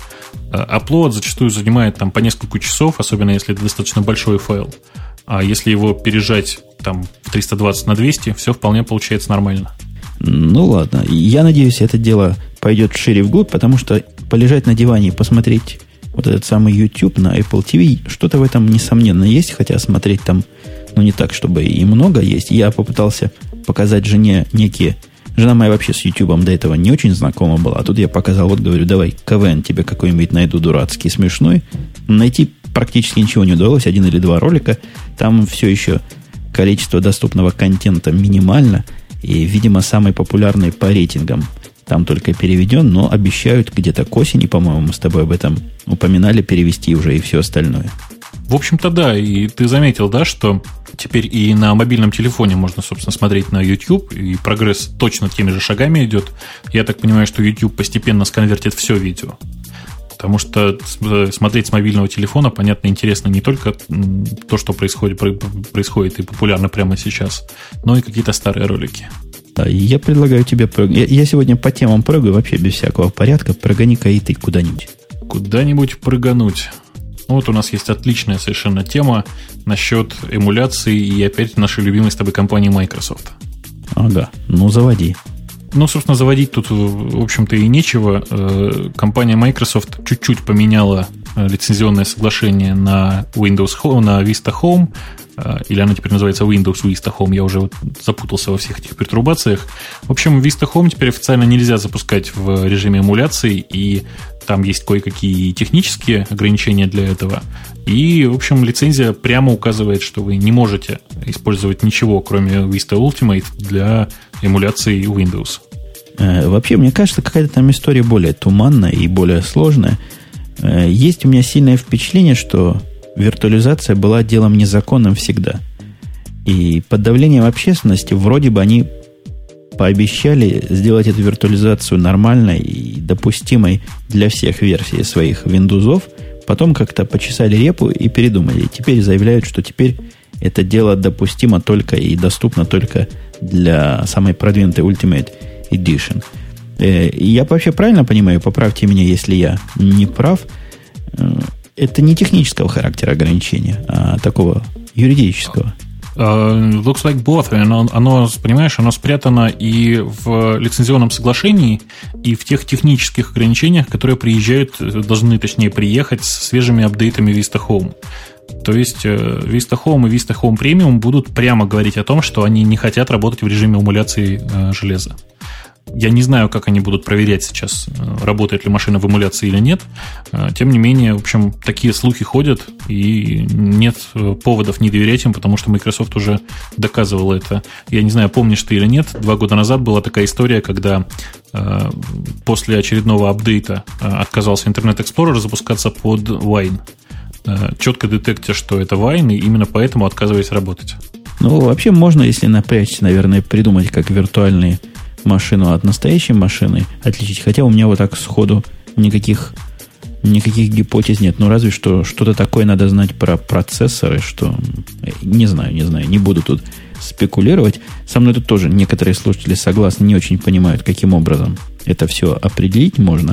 Аплод зачастую занимает там по несколько часов, особенно если это достаточно большой файл. А если его пережать там в триста двадцать на двести, все вполне получается нормально. Ну ладно. Я надеюсь, это дело пойдет шире вглубь, потому что полежать на диване и посмотреть вот этот самый YouTube на Apple ти ви, что-то в этом несомненно есть, хотя смотреть там, ну, не так, чтобы и много есть. Я попытался показать жене некие... Жена моя вообще с YouTube до этого не очень знакома была, а тут я показал, вот говорю, давай КВН тебе какой-нибудь найду дурацкий, смешной. Найти практически ничего не удалось, один или два ролика. Там все еще количество доступного контента минимально, и, видимо, самый популярный по рейтингам там только переведен, но обещают где-то к осени, по-моему, мы с тобой об этом упоминали, перевести уже и все остальное. В общем-то, да, и ты заметил, да, что теперь и на мобильном телефоне можно, собственно, смотреть на YouTube, и прогресс точно теми же шагами идет. Я так понимаю, что YouTube постепенно сконвертит все видео. Потому что смотреть с мобильного телефона, понятно, интересно не только то, что происходит, происходит и популярно прямо сейчас, но и какие-то старые ролики. Я предлагаю тебе... Я, я сегодня по темам прыгаю вообще без всякого порядка. Прыгани-ка и ты куда-нибудь. Куда-нибудь прыгануть. Вот у нас есть отличная совершенно тема насчет эмуляции и опять нашей любимой с тобой компании Microsoft. Ага, ну заводи. Ну, собственно, заводить тут, в общем-то, и нечего. Компания Microsoft чуть-чуть поменяла лицензионное соглашение на Windows Home, на Vista Home, или она теперь называется Windows Vista Home, я уже вот запутался во всех этих пертурбациях. В общем, Vista Home теперь официально нельзя запускать в режиме эмуляции, и там есть кое-какие технические ограничения для этого. И, в общем, лицензия прямо указывает, что вы не можете использовать ничего, кроме Vista Ultimate, для эмуляции Windows. Э, вообще, мне кажется, какая-то там история более туманная и более сложная. Э, есть у меня сильное впечатление, что виртуализация была делом незаконным всегда. И под давлением общественности вроде бы они пообещали сделать эту виртуализацию нормальной и допустимой для всех версий своих Windows. Потом как-то почесали репу и передумали. И теперь заявляют, что теперь это дело допустимо только и доступно только для самой продвинутой Ultimate Edition. И я вообще правильно понимаю, поправьте меня, если я не прав, это не технического характера ограничения, а такого юридического. Uh, looks like both. Оно, оно, понимаешь, оно спрятано и в лицензионном соглашении, и в тех технических ограничениях, которые приезжают, должны, точнее, приехать с свежими апдейтами Vista Home. То есть Vista Home и Vista Home Premium будут прямо говорить о том, что они не хотят работать в режиме эмуляции uh, железа. Я не знаю, как они будут проверять сейчас, работает ли машина в эмуляции или нет. Тем не менее, в общем, такие слухи ходят, и нет поводов не доверять им, потому что Microsoft уже доказывала это. Я не знаю, помнишь ты или нет, два года назад была такая история, когда э, после очередного апдейта э, отказался Internet Explorer запускаться под Wine. Э, четко детектя, что это Wine, и именно поэтому отказываясь работать. Ну, вообще можно, если напрячься, наверное, придумать, как виртуальные машину от настоящей машины отличить. Хотя у меня вот так сходу никаких, никаких гипотез нет. Ну, разве что что-то такое надо знать про процессоры, что... Не знаю, не знаю. Не буду тут спекулировать. Со мной тут тоже некоторые слушатели согласны, не очень понимают, каким образом это все определить можно.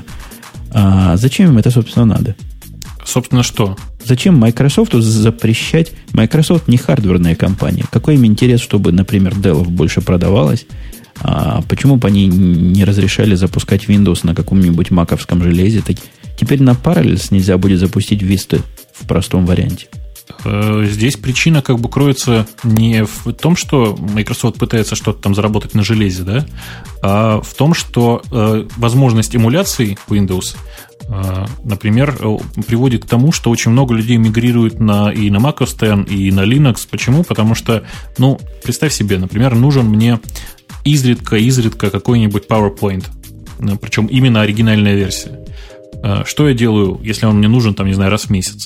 А зачем им это, собственно, надо? Собственно, что? Зачем Microsoft запрещать? Microsoft не хардверная компания. Какой им интерес, чтобы, например, Dell больше продавалось? А почему бы они не разрешали запускать Windows на каком-нибудь маковском железе? Так, теперь на Parallels нельзя будет запустить Vista в простом варианте. Здесь причина как бы кроется не в том, что Microsoft пытается что-то там заработать на железе, да, а в том, что э, возможность эмуляции Windows, э, например, приводит к тому, что очень много людей мигрируют на, и на Mac о эс X, и на Linux. Почему? Потому что, ну, представь себе, например, нужен мне изредка-изредка какой-нибудь PowerPoint, причем именно оригинальная версия. Что я делаю, если он мне нужен, там, не знаю, раз в месяц?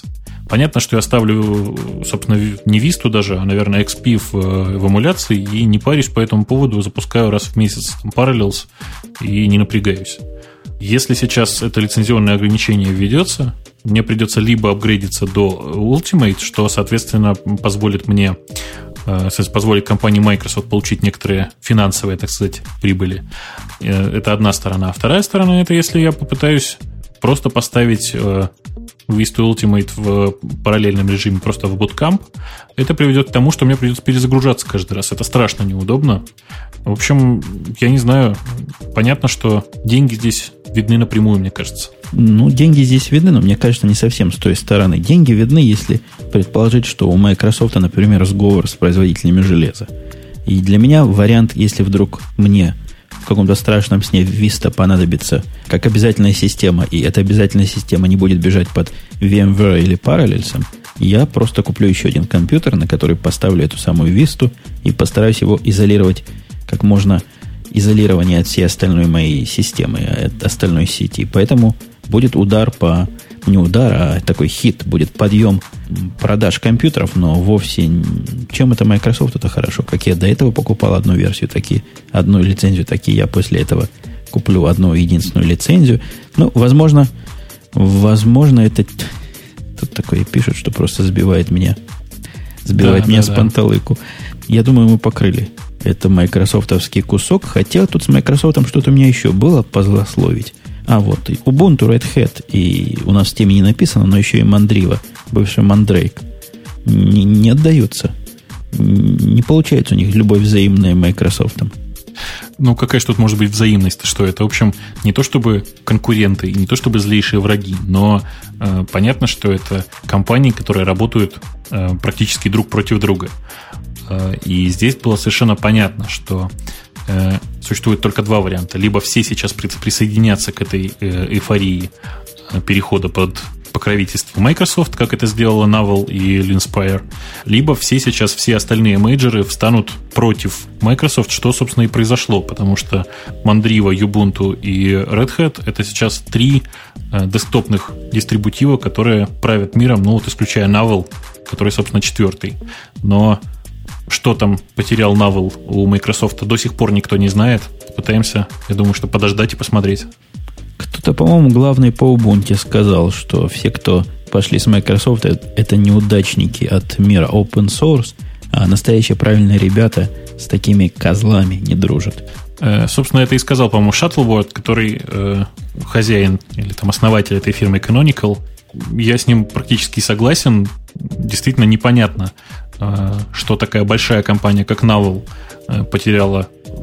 Понятно, что я ставлю, собственно, не Vista даже, а, наверное, икс пи в, в эмуляции и не парюсь по этому поводу, запускаю раз в месяц там, Parallels и не напрягаюсь. Если сейчас это лицензионное ограничение введется, мне придется либо апгрейдиться до Ultimate, что, соответственно, позволит мне, позволит компании Microsoft получить некоторые финансовые, так сказать, прибыли. Это одна сторона. А вторая сторона – это если я попытаюсь просто поставить Vista Ultimate в параллельном режиме просто в Bootcamp, это приведет к тому, что мне придется перезагружаться каждый раз. Это страшно неудобно. В общем, я не знаю. Понятно, что деньги здесь видны напрямую, мне кажется. Ну, деньги здесь видны, но мне кажется, не совсем с той стороны. Деньги видны, если предположить, что у Microsoft, например, сговор с производителями железа. И для меня вариант, если вдруг мне в каком-то страшном сне Vista понадобится как обязательная система, и эта обязательная система не будет бежать под VMware или Parallels, я просто куплю еще один компьютер, на который поставлю эту самую Vista и постараюсь его изолировать как можно изолирование от всей остальной моей системы, от остальной сети. Поэтому будет удар по... Не удар, а такой хит. Будет подъем продаж компьютеров, но вовсе... Чем это Microsoft, это хорошо. Как я до этого покупал одну версию, таки, одну лицензию, так и я после этого куплю одну единственную лицензию. Ну, возможно, возможно, это... Тут такое пишут, что просто сбивает меня. Сбивает да, меня да, с да. панталыку. Я думаю, мы покрыли это майкрософтовский кусок. Хотя тут с Microsoft что-то у меня еще было позлословить. А вот, Ubuntu, Red Hat, и у нас в теме не написано, но еще и Mandriva, бывший Mandrake, не, не отдаются. Не получается у них любовь взаимная Microsoft. Ну, какая же тут может быть взаимность? Что это, в общем, не то чтобы конкуренты, не то чтобы злейшие враги, но э, понятно, что это компании, которые работают э, практически друг против друга. Э, и здесь было совершенно понятно, что э, существует только два варианта. Либо все сейчас присоединятся к этой э, эйфории э, перехода под покровительство Microsoft, как это сделала Novell и Linspire, либо все сейчас, все остальные мейджоры встанут против Microsoft, что, собственно, и произошло, потому что Mandriva, Ubuntu и Red Hat — это сейчас три э, десктопных дистрибутива, которые правят миром, ну вот исключая Novell, который, собственно, четвертый. Но что там потерял Novell у Microsoft, до сих пор никто не знает. Пытаемся, я думаю, что подождать и посмотреть. Кто-то, по-моему, главный по Ubuntu сказал, что все, кто пошли с Microsoft, это неудачники от мира open source, а настоящие правильные ребята с такими козлами не дружат. Э, собственно, это и сказал, по-моему, Shuttleworth, который э, хозяин или там основатель этой фирмы Canonical. Я с ним практически согласен. Действительно непонятно, э, что такая большая компания, как Novell, э, потеряла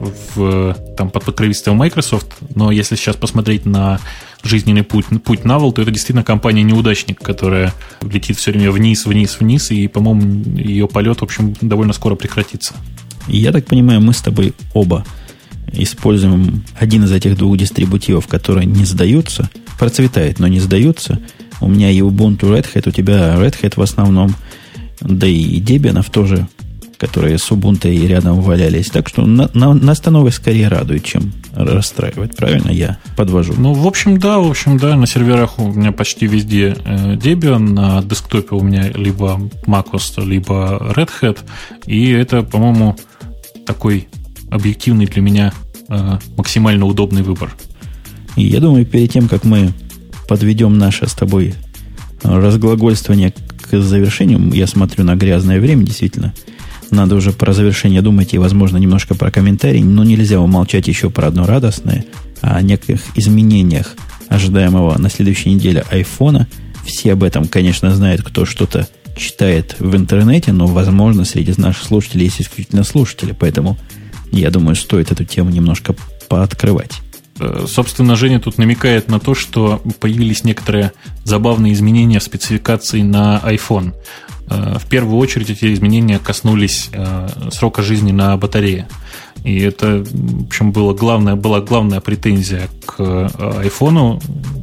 в, там, под покровительством Microsoft, но если сейчас посмотреть на жизненный путь, путь Novell, то это действительно компания-неудачник, которая летит все время вниз, вниз, вниз, и, по-моему, ее полет, в общем, довольно скоро прекратится. Я так понимаю, мы с тобой оба используем один из этих двух дистрибутивов, которые не сдаются, процветает, но не сдаются. У меня и Ubuntu, Red Hat, у тебя Red Hat в основном, да и Debian тоже, которые с Ubuntu и рядом валялись. Так что на, на, нас это новость скорее радует, чем расстраивает. Правильно я подвожу? Ну, в общем, да, в общем, да. На серверах у меня почти везде э, Debian, на десктопе у меня либо macOS, либо Red Hat. И это, по-моему, такой объективный для меня э, максимально удобный выбор. И я думаю, перед тем, как мы подведем наше с тобой разглагольствование к завершению, я смотрю на грязное время, действительно, надо уже про завершение думать и, возможно, немножко про комментарий, но нельзя умолчать еще про одно радостное, о неких изменениях ожидаемого на следующей неделе айфона. Все об этом, конечно, знают, кто что-то читает в интернете, но, возможно, среди наших слушателей есть исключительно слушатели, поэтому, я думаю, стоит эту тему немножко пооткрывать. Собственно, Женя тут намекает на то, что появились некоторые забавные изменения в спецификации на iPhone. В первую очередь эти изменения коснулись срока жизни на батарее. И это, в общем, была главная, была главная претензия к iPhone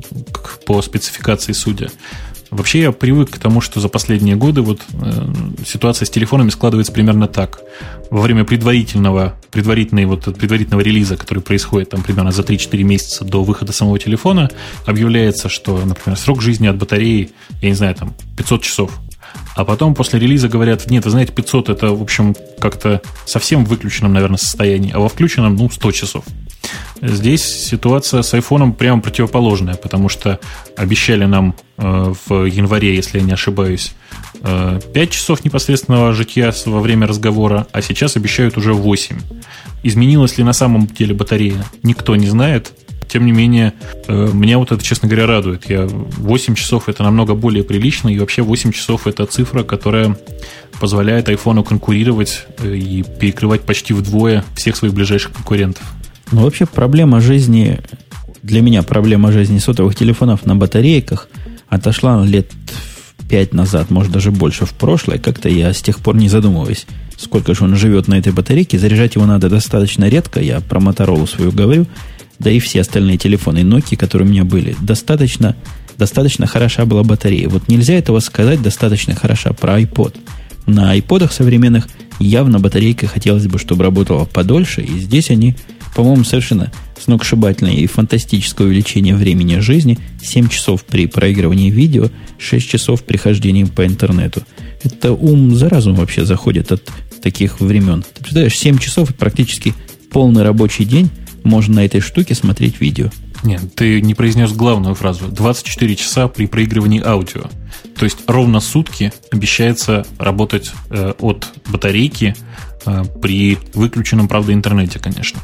по спецификации судя. Вообще я привык к тому, что за последние годы вот, э, ситуация с телефонами складывается примерно так. Во время предварительного предварительной, вот, предварительного релиза, который происходит там примерно за три-четыре месяца до выхода самого телефона, объявляется, что, например, срок жизни от батареи, я не знаю, там пятьсот часов. А потом после релиза говорят, нет, вы знаете, пятьсот это, в общем, как-то совсем в выключенном, наверное, состоянии, а во включенном, ну, сто часов. Здесь ситуация с айфоном прямо противоположная, потому что обещали нам э, в январе, если я не ошибаюсь, э, пять часов непосредственного житья во время разговора, а сейчас обещают уже восемь. Изменилась ли на самом деле батарея, никто не знает. Тем не менее, э, меня вот это, честно говоря, радует. Я, восемь часов это намного более прилично, и вообще восемь часов это цифра, которая позволяет айфону конкурировать и перекрывать почти вдвое всех своих ближайших конкурентов. Ну, вообще, проблема жизни, для меня проблема жизни сотовых телефонов на батарейках отошла лет пять назад, может, даже больше в прошлое. Как-то я с тех пор не задумываюсь, сколько же он живет на этой батарейке. Заряжать его надо достаточно редко, я про Моторолу свою говорю, да и все остальные телефоны Nokia, которые у меня были, достаточно, достаточно хороша была батарея. Вот нельзя этого сказать, достаточно хороша про iPod. На айподах современных явно батарейка хотелось бы, чтобы работала подольше, и здесь они, по-моему, совершенно сногсшибательное и фантастическое увеличение времени жизни. семь часов при проигрывании видео, шесть часов при хождении по интернету. Это ум за разум вообще заходит от таких времен. Ты представляешь, семь часов и практически полный рабочий день можно на этой штуке смотреть видео. Нет, ты не произнес главную фразу. двадцать четыре часа при проигрывании аудио. То есть ровно сутки обещается работать э, от батарейки э, при выключенном, правда, интернете, конечно.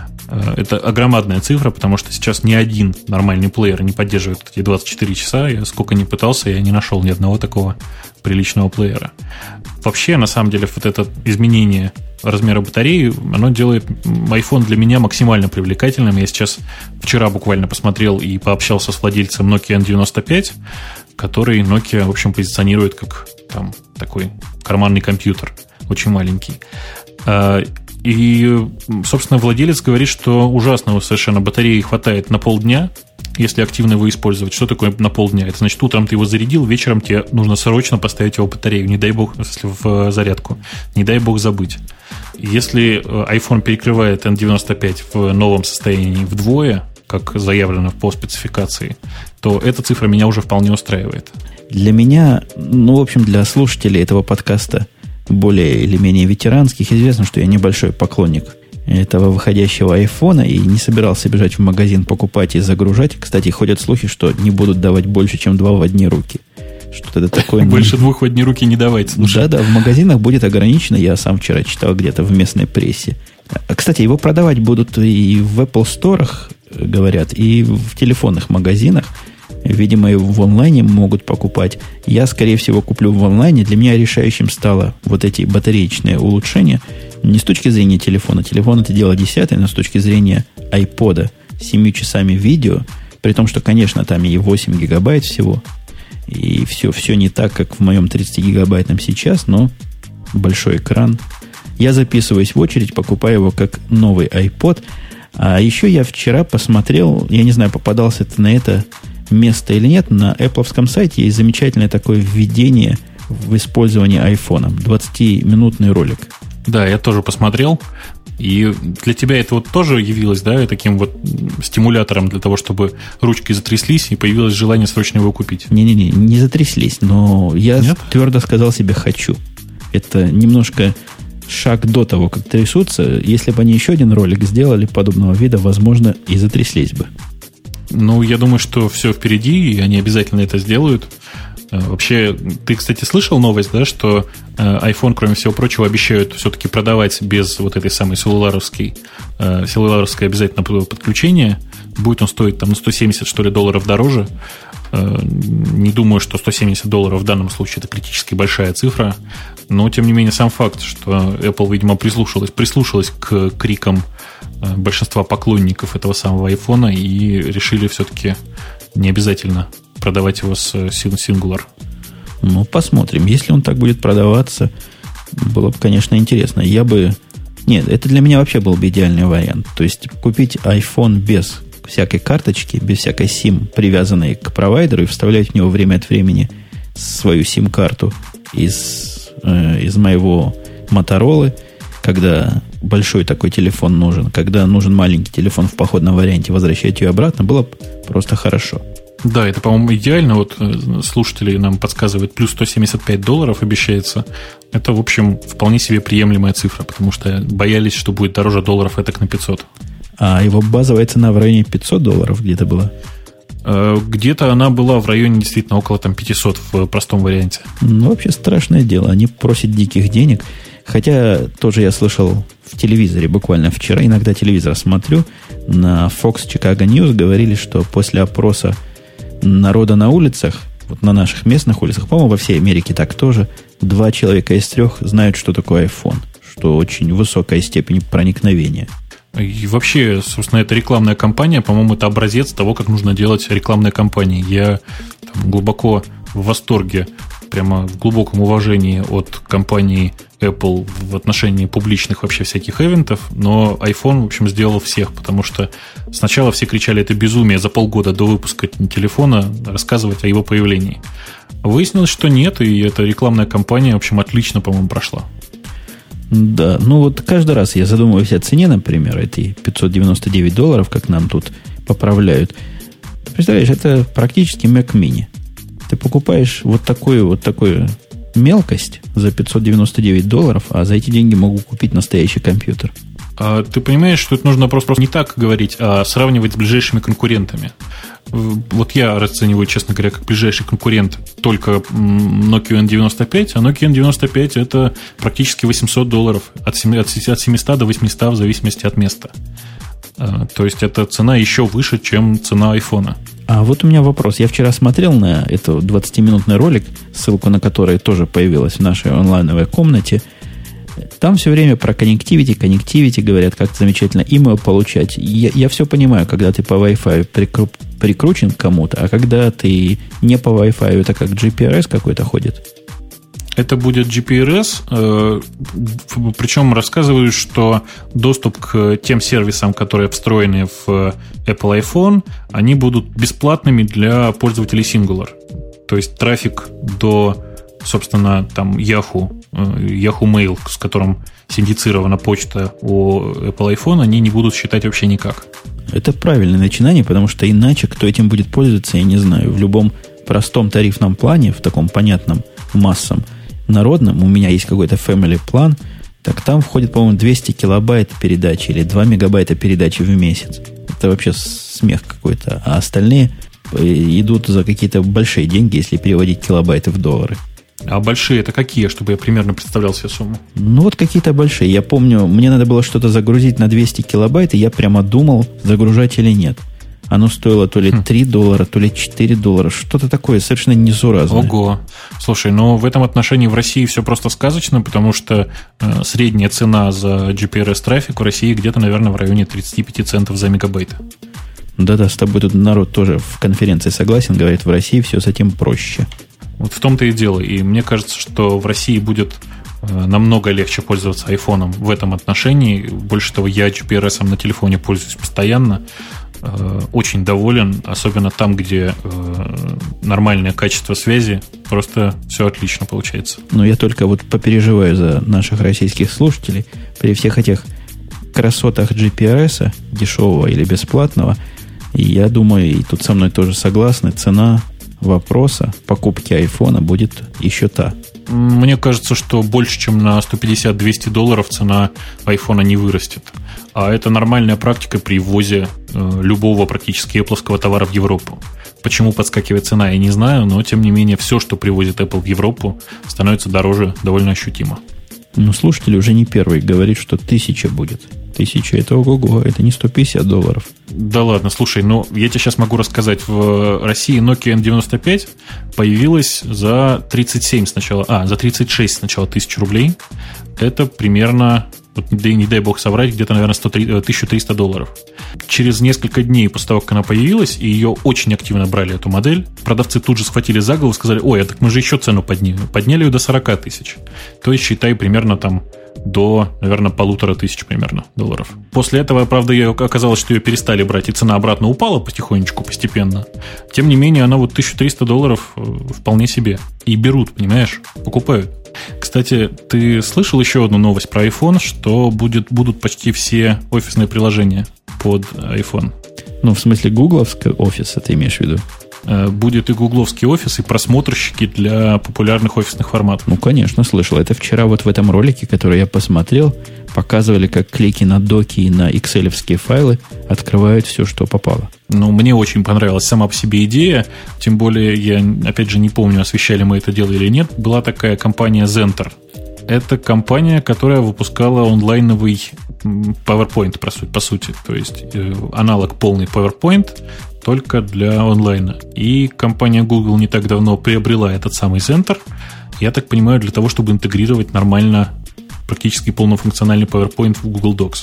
Э, это огромадная цифра, потому что сейчас ни один нормальный плеер не поддерживает эти двадцать четыре часа. Я сколько ни пытался, я не нашел ни одного такого приличного плеера. Вообще, на самом деле, вот это изменение размера батареи, оно делает iPhone для меня максимально привлекательным. Я сейчас вчера буквально посмотрел и пообщался с владельцем Nokia эн девяносто пять, который Nokia, в общем, позиционирует как там такой карманный компьютер, очень маленький. И, собственно, владелец говорит, что ужасного совершенно батареи хватает на полдня, если активно его использовать. Что такое на полдня? Это значит, утром ты его зарядил, вечером тебе нужно срочно поставить его батарею, не дай бог, если в зарядку, не дай бог забыть. Если iPhone перекрывает эн девяносто пять в новом состоянии вдвое, как заявлено по спецификации, то эта цифра меня уже вполне устраивает. Для меня, ну, в общем, для слушателей этого подкаста, более или менее ветеранских, известно, что я небольшой поклонник этого выходящего айфона и не собирался бежать в магазин покупать и загружать. Кстати, ходят слухи, что не будут давать больше, чем два в одни руки. Что-то такое. Больше двух в одни руки не давайте. Да-да, в магазинах будет ограничено. Я сам вчера читал где-то в местной прессе. Кстати, его продавать будут и в Apple Store, говорят, и в телефонных магазинах. Видимо, и в онлайне могут покупать. Я, скорее всего, куплю в онлайне. Для меня решающим стало вот эти батареечные улучшения. Не с точки зрения телефона. Телефон это дело десятое, но с точки зрения iPod с семью часами видео. При том, что, конечно, там и восемь гигабайт всего. И все, все не так, как в моем тридцатигигабайтном сейчас, но большой экран. Я записываюсь в очередь, покупаю его как новый iPod. А еще я вчера посмотрел, я не знаю, попадался ты на это место или нет, на Apple'овском сайте есть замечательное такое введение в использование айфоном. двадцатиминутный ролик. Да, я тоже посмотрел. И для тебя это вот тоже явилось, да, таким вот стимулятором для того, чтобы ручки затряслись и появилось желание срочно его купить? Не-не-не, не затряслись, но я Нет? твердо сказал себе «хочу». Это немножко шаг до того, как трясутся. Если бы они еще один ролик сделали подобного вида, возможно, и затряслись бы. Ну, я думаю, что все впереди, и они обязательно это сделают. Вообще, ты, кстати, слышал новость, да, что iPhone, кроме всего прочего, обещают все-таки продавать без вот этой самой целлуларовской, целлуларовской обязательно подключения. Будет он стоить там на сто семьдесят, что ли, долларов дороже. Не думаю, что сто семьдесят долларов в данном случае это критически большая цифра. Но, тем не менее, сам факт, что Apple, видимо, прислушалась, прислушалась к крикам большинства поклонников этого самого iPhone и решили все-таки не обязательно продавать его с Singular. Ну, посмотрим. Если он так будет продаваться, было бы, конечно, интересно. Я бы... Нет, это для меня вообще был бы идеальный вариант. То есть купить iPhone без всякой карточки, без всякой SIM, привязанной к провайдеру, и вставлять в него время от времени свою SIM-карту из, э, из моего Motorola, когда большой такой телефон нужен. Когда нужен маленький телефон в походном варианте, возвращать ее обратно было просто хорошо. Да, это, по-моему, идеально. Вот слушатели нам подсказывают, плюс сто семьдесят пять долларов обещается. Это, в общем, вполне себе приемлемая цифра, потому что боялись, что будет дороже долларов этак на пятьсот. А его базовая цена в районе пятьсот долларов где-то была? Где-то она была в районе действительно около там, пятьсот в простом варианте. Ну, вообще страшное дело. Они просят диких денег. Хотя тоже я слышал в телевизоре буквально вчера, иногда телевизор смотрю, на Fox Chicago News говорили, что после опроса народа на улицах, вот на наших местных улицах, по-моему, во всей Америке так тоже, два человека из трех знают, что такое iPhone, что очень высокая степень проникновения. И вообще, собственно, эта рекламная кампания, по-моему, это образец того, как нужно делать рекламные кампании. Я там, глубоко в восторге, прямо в глубоком уважении от компании Apple в отношении публичных вообще всяких ивентов, но iPhone, в общем, сделал всех, потому что сначала все кричали, это безумие, за полгода до выпуска телефона рассказывать о его появлении. Выяснилось, что нет, и эта рекламная кампания, в общем, отлично, по-моему, прошла. Да, ну вот каждый раз я задумываюсь о цене, например, эти пятьсот девяносто девять долларов, как нам тут поправляют. Ты представляешь, это практически Mac Mini. Ты покупаешь вот такую вот такую мелкость за пятьсот девяносто девять долларов, а за эти деньги могу купить настоящий компьютер. А ты понимаешь, что это нужно просто, просто не так говорить, а сравнивать с ближайшими конкурентами. Вот я расцениваю, честно говоря, как ближайший конкурент только Nokia эн девяносто пять, а Nokia эн девяносто пять это практически восемьсот долларов, от семисот до восьмисот в зависимости от места. То есть эта цена еще выше, чем цена айфона. А вот у меня вопрос. Я вчера смотрел на этот двадцатиминутный ролик, ссылку на который тоже появилась в нашей онлайновой комнате. Там все время про коннективити, коннективити говорят, как замечательно email получать. Я, я все понимаю, когда ты по Wi-Fi прикру, прикручен к кому-то, а когда ты не по Wi-Fi, это как джи пи ар эс какой-то ходит. Это будет джи пи ар эс, э, причем рассказывают, что доступ к тем сервисам, которые встроены в Apple iPhone, они будут бесплатными для пользователей Singular. То есть трафик до, собственно, там Yahoo, Yahoo Mail, с которым синдицирована почта у Apple iPhone, они не будут считать вообще никак. Это правильное начинание, потому что иначе кто этим будет пользоваться, я не знаю. В любом простом тарифном плане, в таком понятном массам, народном, у меня есть какой-то family план, так там входит, по-моему, двести килобайт передачи или два мегабайта передачи в месяц. Это вообще смех какой-то. А остальные идут за какие-то большие деньги, если переводить килобайты в доллары. А большие это какие, чтобы я примерно представлял себе сумму? Ну, вот какие-то большие. Я помню, мне надо было что-то загрузить на двести килобайт, и я прямо думал, загружать или нет. Оно стоило то ли три доллара, то ли четыре доллара. Что-то такое совершенно несуразное. Ого. Слушай, ну в этом отношении в России все просто сказочно, потому что э, средняя цена за джи пи ар эс-трафик в России где-то, наверное, в районе тридцать пять центов за мегабайт. Да-да, с тобой тут народ тоже в конференции согласен, говорит, в России все с этим проще. Вот в том-то и дело. И мне кажется, что в России будет э, намного легче пользоваться айфоном в этом отношении. Больше того, я джи пи ар эс на телефоне пользуюсь постоянно. Очень доволен, особенно там, где э, нормальное качество связи, просто все отлично получается. Но я только вот попереживаю за наших российских слушателей. При всех этих красотах джи пи ар эс, дешевого или бесплатного, и я думаю, и тут со мной тоже согласны, цена вопроса покупки айфона будет еще та. Мне кажется, что больше, чем на сто пятьдесят - двести долларов цена айфона не вырастет. А это нормальная практика при ввозе э, любого практически Apple-овского товара в Европу. Почему подскакивает цена, я не знаю, но тем не менее все, что привозит Apple в Европу, становится дороже довольно ощутимо. Ну, слушатель уже не первый говорит, что тысяча будет. Тысяча это ого-го, это не сто пятьдесят долларов. Да ладно, слушай, ну я тебе сейчас могу рассказать. В России Nokia эн девяносто пять появилась за тридцать семь сначала, а, за тридцать шесть сначала тысяч рублей. Это примерно, вот, не дай бог соврать, где-то, наверное, тысяча триста долларов. Через несколько дней после того, как она появилась, и ее очень активно брали, эту модель, продавцы тут же схватили за голову и сказали, ой, а так мы же еще цену подняли. Подняли ее до сорок тысяч. То есть, считай, примерно там до, наверное, полутора тысяч примерно долларов. После этого, правда, ее, оказалось, что ее перестали брать, и цена обратно упала потихонечку, постепенно. Тем не менее, она вот тысяча триста долларов вполне себе. И берут, понимаешь, покупают. Кстати, Кстати, ты слышал еще одну новость про iPhone, что будет, будут почти все офисные приложения под iPhone? Ну, в смысле, гугловский офис, ты имеешь в виду? Будет и гугловский офис, и просмотрщики для популярных офисных форматов. Ну, конечно, слышал. Это вчера вот в этом ролике, который я посмотрел, показывали, как клики на доки и на экселевские файлы открывают все, что попало. Ну, мне очень понравилась сама по себе идея. Тем более, я, опять же, не помню, освещали мы это дело или нет. Была такая компания Zentor. Это компания, которая выпускала онлайновый PowerPoint, по сути. То есть, аналог полный PowerPoint, только для онлайна. И компания Google не так давно приобрела этот самый Zentor, я так понимаю, для того, чтобы интегрировать нормально практически полнофункциональный PowerPoint в Google Docs.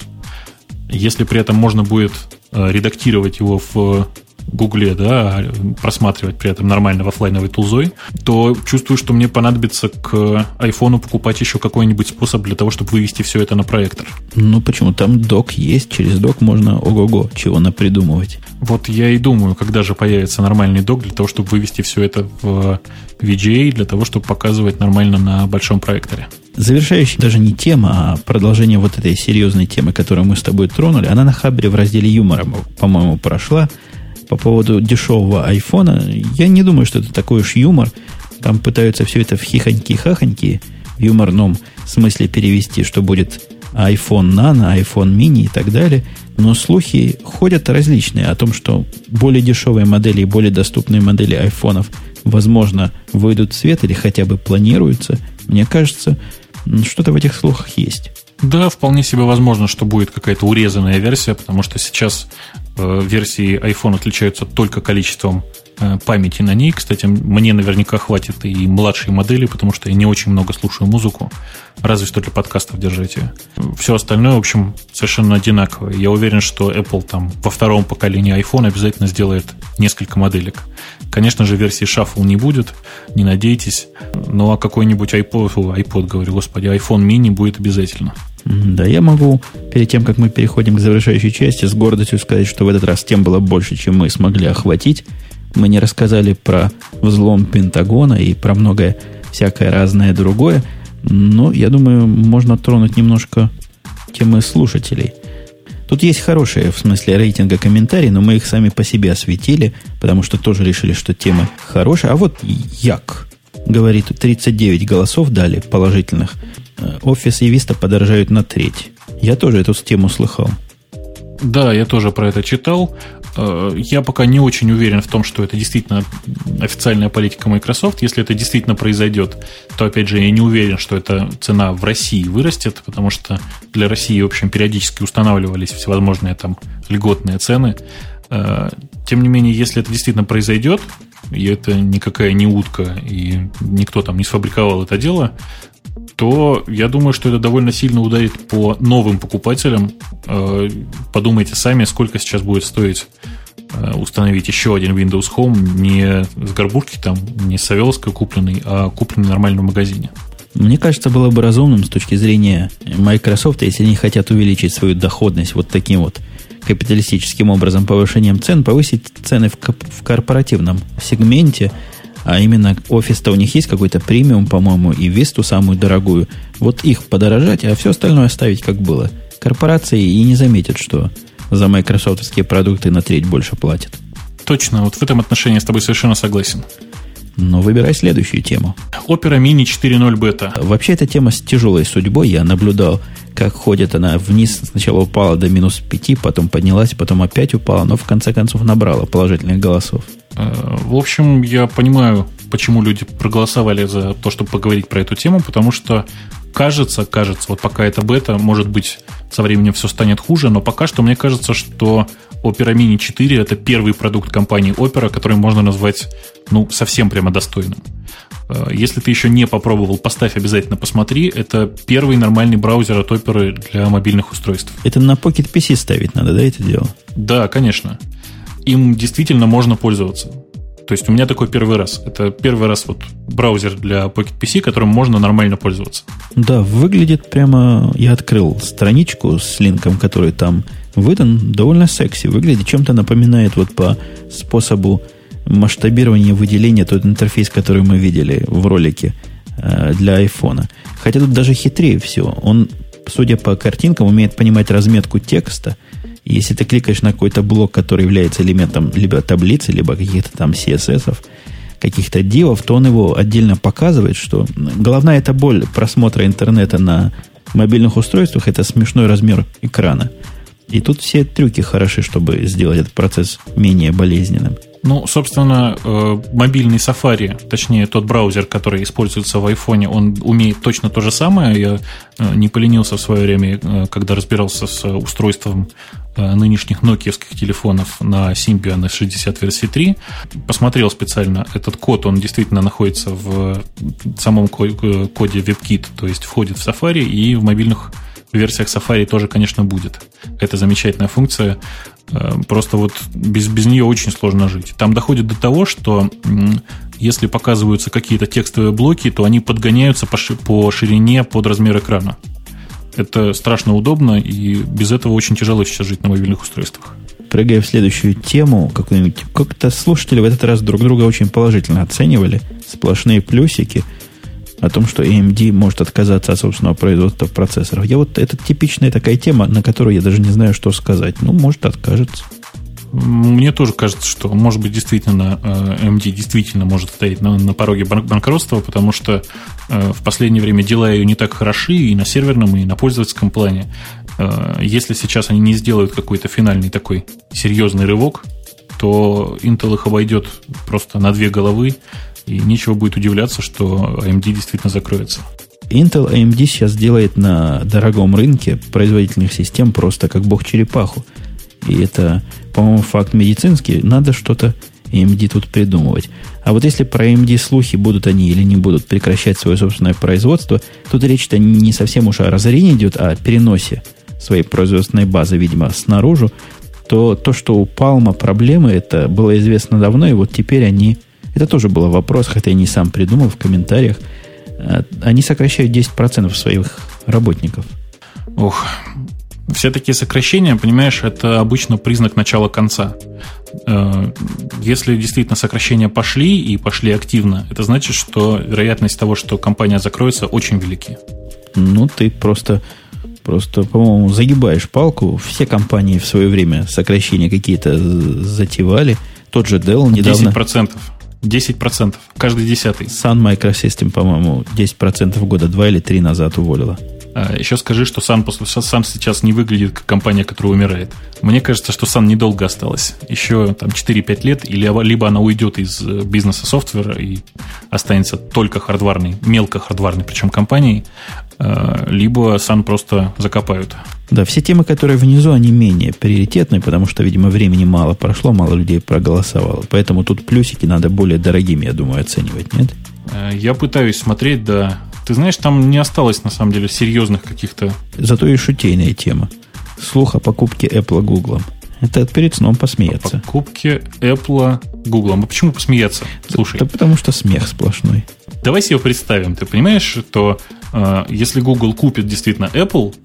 Если при этом можно будет редактировать его в Гугле, да, просматривать при этом нормально в офлайновой тулзой, то чувствую, что мне понадобится к айфону покупать еще какой-нибудь способ для того, чтобы вывести все это на проектор. Ну почему? Там док есть, через док можно ого-го чего напридумывать. Вот я и думаю, когда же появится нормальный док для того, чтобы вывести все это в ви джи эй, для того, чтобы показывать нормально на большом проекторе. Завершающая даже не тема, а продолжение вот этой серьезной темы, которую мы с тобой тронули, она на Хабре в разделе юмора, по-моему, прошла. По поводу дешевого айфона, я не думаю, что это такой уж юмор. Там пытаются все это в хихоньки-хахоньки в юморном смысле перевести, что будет iPhone Nano, iPhone Mini и так далее. Но слухи ходят различные о том, что более дешевые модели и более доступные модели айфонов, возможно, выйдут в свет или хотя бы планируются. Мне кажется, что-то в этих слухах есть. Да, вполне себе возможно, что будет какая-то урезанная версия, потому что сейчас э, версии iPhone отличаются только количеством э, памяти на ней. Кстати, мне наверняка хватит и младшей модели, потому что я не очень много слушаю музыку, разве что для подкастов держать ее. Все остальное, в общем, совершенно одинаковое. Я уверен, что Apple там во втором поколении iPhone обязательно сделает несколько моделек. Конечно же, версии Shuffle не будет, не надейтесь. Ну, а какой-нибудь iPod, iPod, говорю, господи, iPhone mini будет обязательно. Да, я могу, перед тем, как мы переходим к завершающей части, с гордостью сказать, что в этот раз тем было больше, чем мы смогли охватить. Мы не рассказали про взлом Пентагона и про многое всякое разное другое. Но, я думаю, можно тронуть немножко темы слушателей. Тут есть хорошие, в смысле рейтинга, комментарии, но мы их сами по себе осветили, потому что тоже решили, что тема хорошая. А вот Як говорит, тридцать девять голосов дали положительных. Офис и Vista подорожают на треть. Я тоже эту тему слыхал. Да, я тоже про это читал. Я пока не очень уверен в том, что это действительно официальная политика Microsoft. Если это действительно произойдет, то, опять же, я не уверен, что эта цена в России вырастет, потому что для России, в общем, периодически устанавливались всевозможные там льготные цены. Тем не менее, если это действительно произойдет, и это никакая не утка, и никто там не сфабриковал это дело, то я думаю, что это довольно сильно ударит по новым покупателям. Подумайте сами, сколько сейчас будет стоить установить еще один Windows Home не с горбушки, там, не с Савеловской купленный, а купленный в нормальном магазине. Мне кажется, было бы разумным с точки зрения Microsoft, если они хотят увеличить свою доходность вот таким вот капиталистическим образом, повышением цен, повысить цены в, в корпоративном сегменте, а именно офис-то у них есть какой-то премиум, по-моему, и Висту самую дорогую. Вот их подорожать, а все остальное оставить как было. Корпорации и не заметят, что за майкрософтовские продукты на треть больше платят. Точно, вот в этом отношении я с тобой совершенно согласен. Но выбирай следующую тему. Opera Mini четыре ноль бета. Вообще, эта тема с тяжелой судьбой. Я наблюдал, как ходит она вниз. Сначала упала до минус пяти, потом поднялась, потом опять упала, но в конце концов набрала положительных голосов. В общем, я понимаю, почему люди проголосовали за то, чтобы поговорить про эту тему, потому что кажется, кажется, вот пока это бета, может быть, со временем все станет хуже, но пока что мне кажется, что Opera Mini четыре – это первый продукт компании Opera, который можно назвать, ну, совсем прямо достойным. Если ты еще не попробовал, поставь, обязательно посмотри. Это первый нормальный браузер от Opera для мобильных устройств. Это на Pocket пи си ставить надо, да, это дело? Да, конечно. Им действительно можно пользоваться. То есть у меня такой первый раз. Это первый раз вот браузер для Pocket пи си, которым можно нормально пользоваться. Да, выглядит прямо... Я открыл страничку с линком, который там выдан. Довольно секси. Выглядит, чем-то напоминает вот по способу масштабирования, выделения тот интерфейс, который мы видели в ролике э, для айфона. Хотя тут даже хитрее все. Он, судя по картинкам, умеет понимать разметку текста. И если ты кликаешь на какой-то блок, который является элементом либо таблицы, либо каких-то там си эс эс-ов, каких-то дивов, то он его отдельно показывает, что головная эта боль просмотра интернета на мобильных устройствах – это смешной размер экрана. И тут все трюки хороши, чтобы сделать этот процесс менее болезненным. Ну, собственно, мобильный Safari, точнее, тот браузер, который используется в айфоне, он умеет точно то же самое. Я не поленился в свое время, когда разбирался с устройством нынешних нокиевских телефонов на Symbian эс шестьдесят версии три. Посмотрел специально. Этот код, он действительно находится в самом коде WebKit, то есть входит в Safari, и в мобильных версиях Safari тоже, конечно, будет. Это замечательная функция. Просто вот без, без нее очень сложно жить. Там доходит до того, что если показываются какие-то текстовые блоки, то они подгоняются по, ши, по ширине под размер экрана. Это страшно удобно, и без этого очень тяжело сейчас жить на мобильных устройствах. Прыгая в следующую тему, какую-нибудь, как-то слушатели в этот раз друг друга очень положительно оценивали. Сплошные плюсики о том, что эй эм ди может отказаться от собственного производства процессоров. Я вот, это типичная такая тема, на которую я даже не знаю, что сказать. Ну, может, откажется. Мне тоже кажется, что, может быть, действительно, эй эм ди действительно может стоять на, на пороге банкротства, потому что э, в последнее время дела ее не так хороши и на серверном, и на пользовательском плане. Э, если сейчас они не сделают какой-то финальный такой серьезный рывок, то Intel их обойдет просто на две головы, и нечего будет удивляться, что эй эм ди действительно закроется. Intel эй эм ди сейчас делает на дорогом рынке производительных систем просто как бог черепаху. И это, по-моему, факт медицинский. Надо что-то эй эм ди тут придумывать. А вот если про эй эм ди слухи, будут они или не будут прекращать свое собственное производство, тут речь-то не совсем уж о разорении идет, а о переносе своей производственной базы, видимо, снаружи, то то, что у Palm проблемы, это было известно давно, и вот теперь они... Это тоже был вопрос, хотя я не сам придумал в комментариях. Они сокращают десять процентов своих работников. Ох, все такие сокращения, понимаешь, это обычно признак начала конца. Если действительно сокращения пошли и пошли активно, это значит, что вероятность того, что компания закроется, очень велики. Ну, ты просто, просто, по-моему, загибаешь палку. Все компании в свое время сокращения какие-то затевали. Тот же Dell недавно... десять процентов. десять процентов. Каждый десятый. Sun Microsystem, по-моему, десять процентов года два или три назад уволила. А еще скажи, что Sun, Sun сейчас не выглядит как компания, которая умирает. Мне кажется, что Sun недолго осталось. Еще там четыре-пять лет, или либо она уйдет из бизнеса софтвера и останется только хардварной, мелко хардварной, причем компанией, либо Sun просто закопают. Да, все темы, которые внизу, они менее приоритетные, потому что, видимо, времени мало прошло, мало людей проголосовало. Поэтому тут плюсики надо более дорогими, я думаю, оценивать, нет? Я пытаюсь смотреть, да. Ты знаешь, там не осталось, на самом деле, серьезных каких-то... Зато и шутейная тема. Слух о покупке Apple Google. Это перед сном посмеяться. О покупке Apple Google. А почему посмеяться? Слушай. Да потому что смех сплошной. Давай себе представим. Ты понимаешь, что э, если Google купит действительно Apple,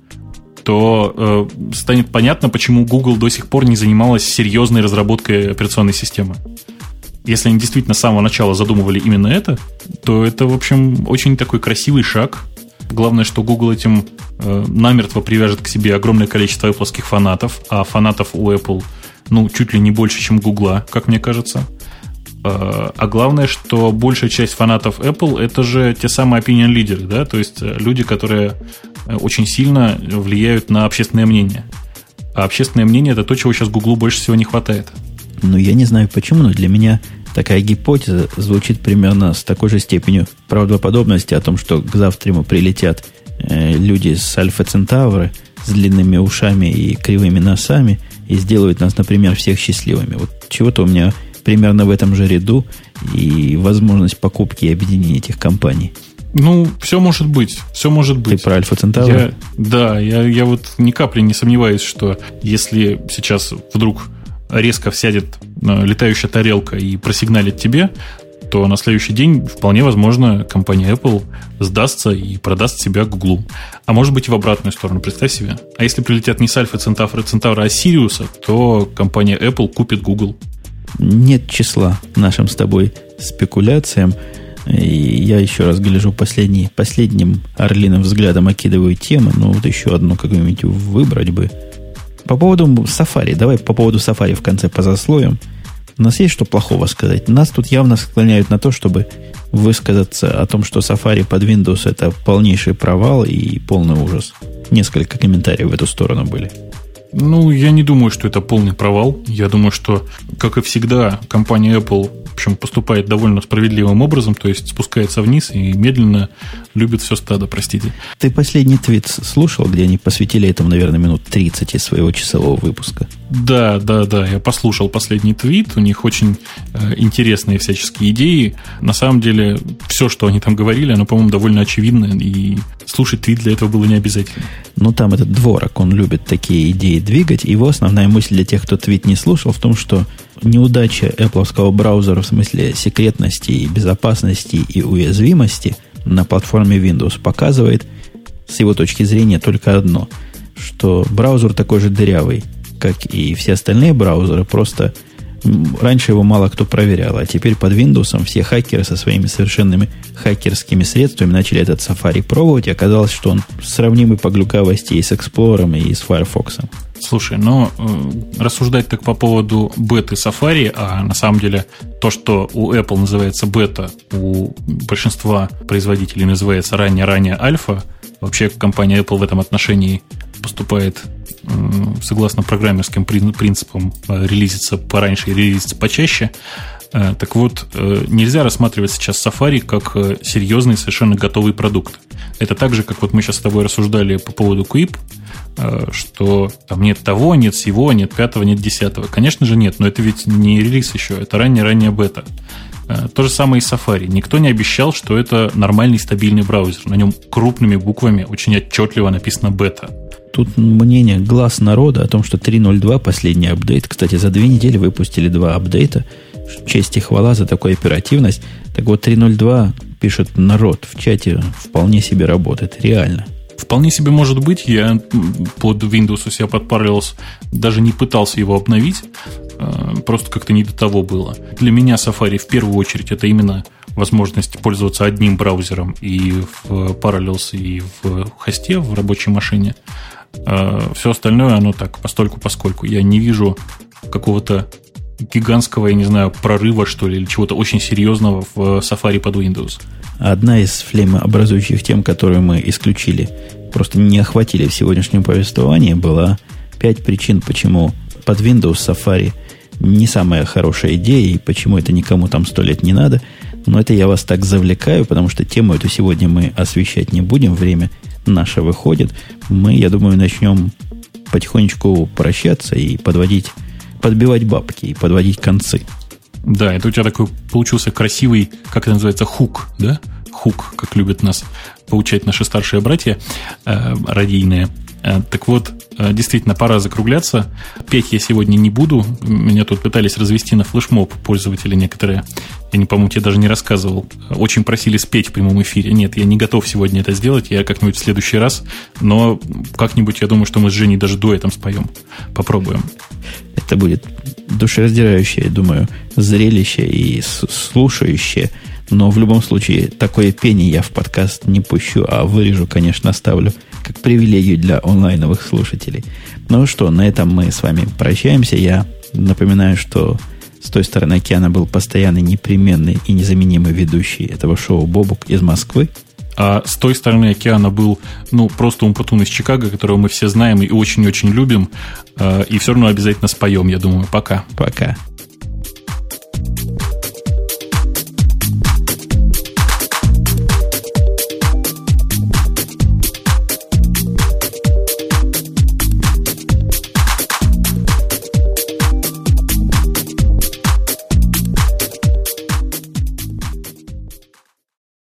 то э, станет понятно, почему Google до сих пор не занималась серьезной разработкой операционной системы. Если они действительно с самого начала задумывали именно это, то это, в общем, очень такой красивый шаг. Главное, что Google этим э, намертво привяжет к себе огромное количество Apple-ских фанатов, а фанатов у Apple, ну, чуть ли не больше, чем Гугла, как мне кажется. Э, а главное, что большая часть фанатов Apple – это же те самые opinion-лидеры, да, то есть люди, которые очень сильно влияют на общественное мнение. А общественное мнение – это то, чего сейчас Гуглу больше всего не хватает. Ну, я не знаю почему, но для меня такая гипотеза звучит примерно с такой же степенью правдоподобности о том, что к завтраму прилетят э, люди с Альфа Центавры с длинными ушами и кривыми носами и сделают нас, например, всех счастливыми. Вот чего-то у меня примерно в этом же ряду и возможность покупки и объединения этих компаний. Ну, все может быть, все может быть. Ты про Альфа Центавру? Я, да, я, я вот ни капли не сомневаюсь, что если сейчас вдруг резко сядет летающая тарелка и просигналит тебе, то на следующий день вполне возможно компания Apple сдастся и продаст себя Гуглу. А может быть и в обратную сторону, представь себе. А если прилетят не с Альфа Центавра, Центавра, а Сириуса, то компания Apple купит Google. Нет числа нашим с тобой спекуляциям. И я еще раз гляжу последний, последним орлиным взглядом окидываю темы. Ну, вот еще одну какую-нибудь выбрать бы. По поводу Safari. Давай по поводу Safari в конце позаслоим. У нас есть что плохого сказать? Нас тут явно склоняют на то, чтобы высказаться о том, что Safari под Windows это полнейший провал и полный ужас. Несколько комментариев в эту сторону были. Ну, я не думаю, что это полный провал. Я думаю, что, как и всегда, компания Apple, в общем, поступает довольно справедливым образом, то есть спускается вниз и медленно любит все стадо, простите. Ты последний твит слушал, где они посвятили этому, наверное, минут тридцать из своего часового выпуска? Да, да, да, я послушал последний твит, у них очень э, интересные всяческие идеи. На самом деле, все, что они там говорили, оно, по-моему, довольно очевидно, и слушать твит для этого было не обязательно. Ну, там этот Дворак, он любит такие идеи двигать. Его основная мысль для тех, кто твит не слушал, в том, что неудача Apple'овского браузера в смысле секретности, безопасности и уязвимости на платформе Windows показывает, с его точки зрения, только одно, что браузер такой же дырявый, как и все остальные браузеры, просто раньше его мало кто проверял, а теперь под Windows все хакеры со своими совершенными хакерскими средствами начали этот Safari пробовать, и оказалось, что он сравнимый по глюкавости и с Explorer, и с Firefox. Слушай, но э, рассуждать так по поводу беты Safari, а на самом деле то, что у Apple называется бета, у большинства производителей называется ранее-ранее альфа, вообще компания Apple в этом отношении поступает согласно программерским принципам релизиться пораньше и релизиться почаще. Так вот, нельзя рассматривать сейчас Safari как серьезный, совершенно готовый продукт. Это так же, как вот мы сейчас с тобой рассуждали по поводу Quip, что там нет того, нет сего, нет пятого, нет десятого. Конечно же нет, но это ведь не релиз еще, это ранняя-ранняя бета. То же самое и Safari. Никто не обещал, что это нормальный стабильный браузер. На нем крупными буквами очень отчетливо написано бета. Тут мнение глаз народа о том, что три ноль два последний апдейт. Кстати, за две недели выпустили два апдейта. Честь и хвала за такую оперативность. Так вот, три ноль два, пишет народ в чате, вполне себе работает. Реально. Вполне себе может быть. Я под Windows у себя подпарился, даже не пытался его обновить. Просто как-то не до того было. Для меня Safari в первую очередь это именно возможность пользоваться одним браузером и в Parallels, и в хосте, в рабочей машине. Все остальное, оно так, постольку-поскольку. Я не вижу какого-то гигантского, я не знаю, прорыва, что ли, или чего-то очень серьезного в Safari под Windows. Одна из флеймообразующих тем, которую мы исключили, просто не охватили в сегодняшнем повествовании, была пять причин, почему под Windows Safari не самая хорошая идея, и почему это никому там сто лет не надо. Но это я вас так завлекаю, потому что тему эту сегодня мы освещать не будем, время наше выходит. Мы, я думаю, начнем потихонечку прощаться и подводить, подбивать бабки и подводить концы. Да, это у тебя такой получился красивый, как это называется, хук, да? Хук, как любят нас поучать наши старшие братья э, радийные. Э, так вот, э, действительно, пора закругляться. Петь я сегодня не буду. Меня тут пытались развести на флешмоб пользователи некоторые. Я, не помню, тебе даже не рассказывал. Очень просили спеть в прямом эфире. Нет, я не готов сегодня это сделать. Я как-нибудь в следующий раз. Но как-нибудь, я думаю, что мы с Женей даже дуэтом споем. Попробуем. Это будет душераздирающее, думаю, зрелище и слушающее. Но в любом случае, такое пение я в подкаст не пущу, а вырежу, конечно, оставлю как привилегию для онлайновых слушателей. Ну что, на этом мы с вами прощаемся. Я напоминаю, что с той стороны океана был постоянный, непременный и незаменимый ведущий этого шоу Бобук из Москвы. А с той стороны океана был, ну, просто Умпутун из Чикаго, которого мы все знаем и очень-очень любим. И все равно обязательно споем, я думаю. Пока. Пока.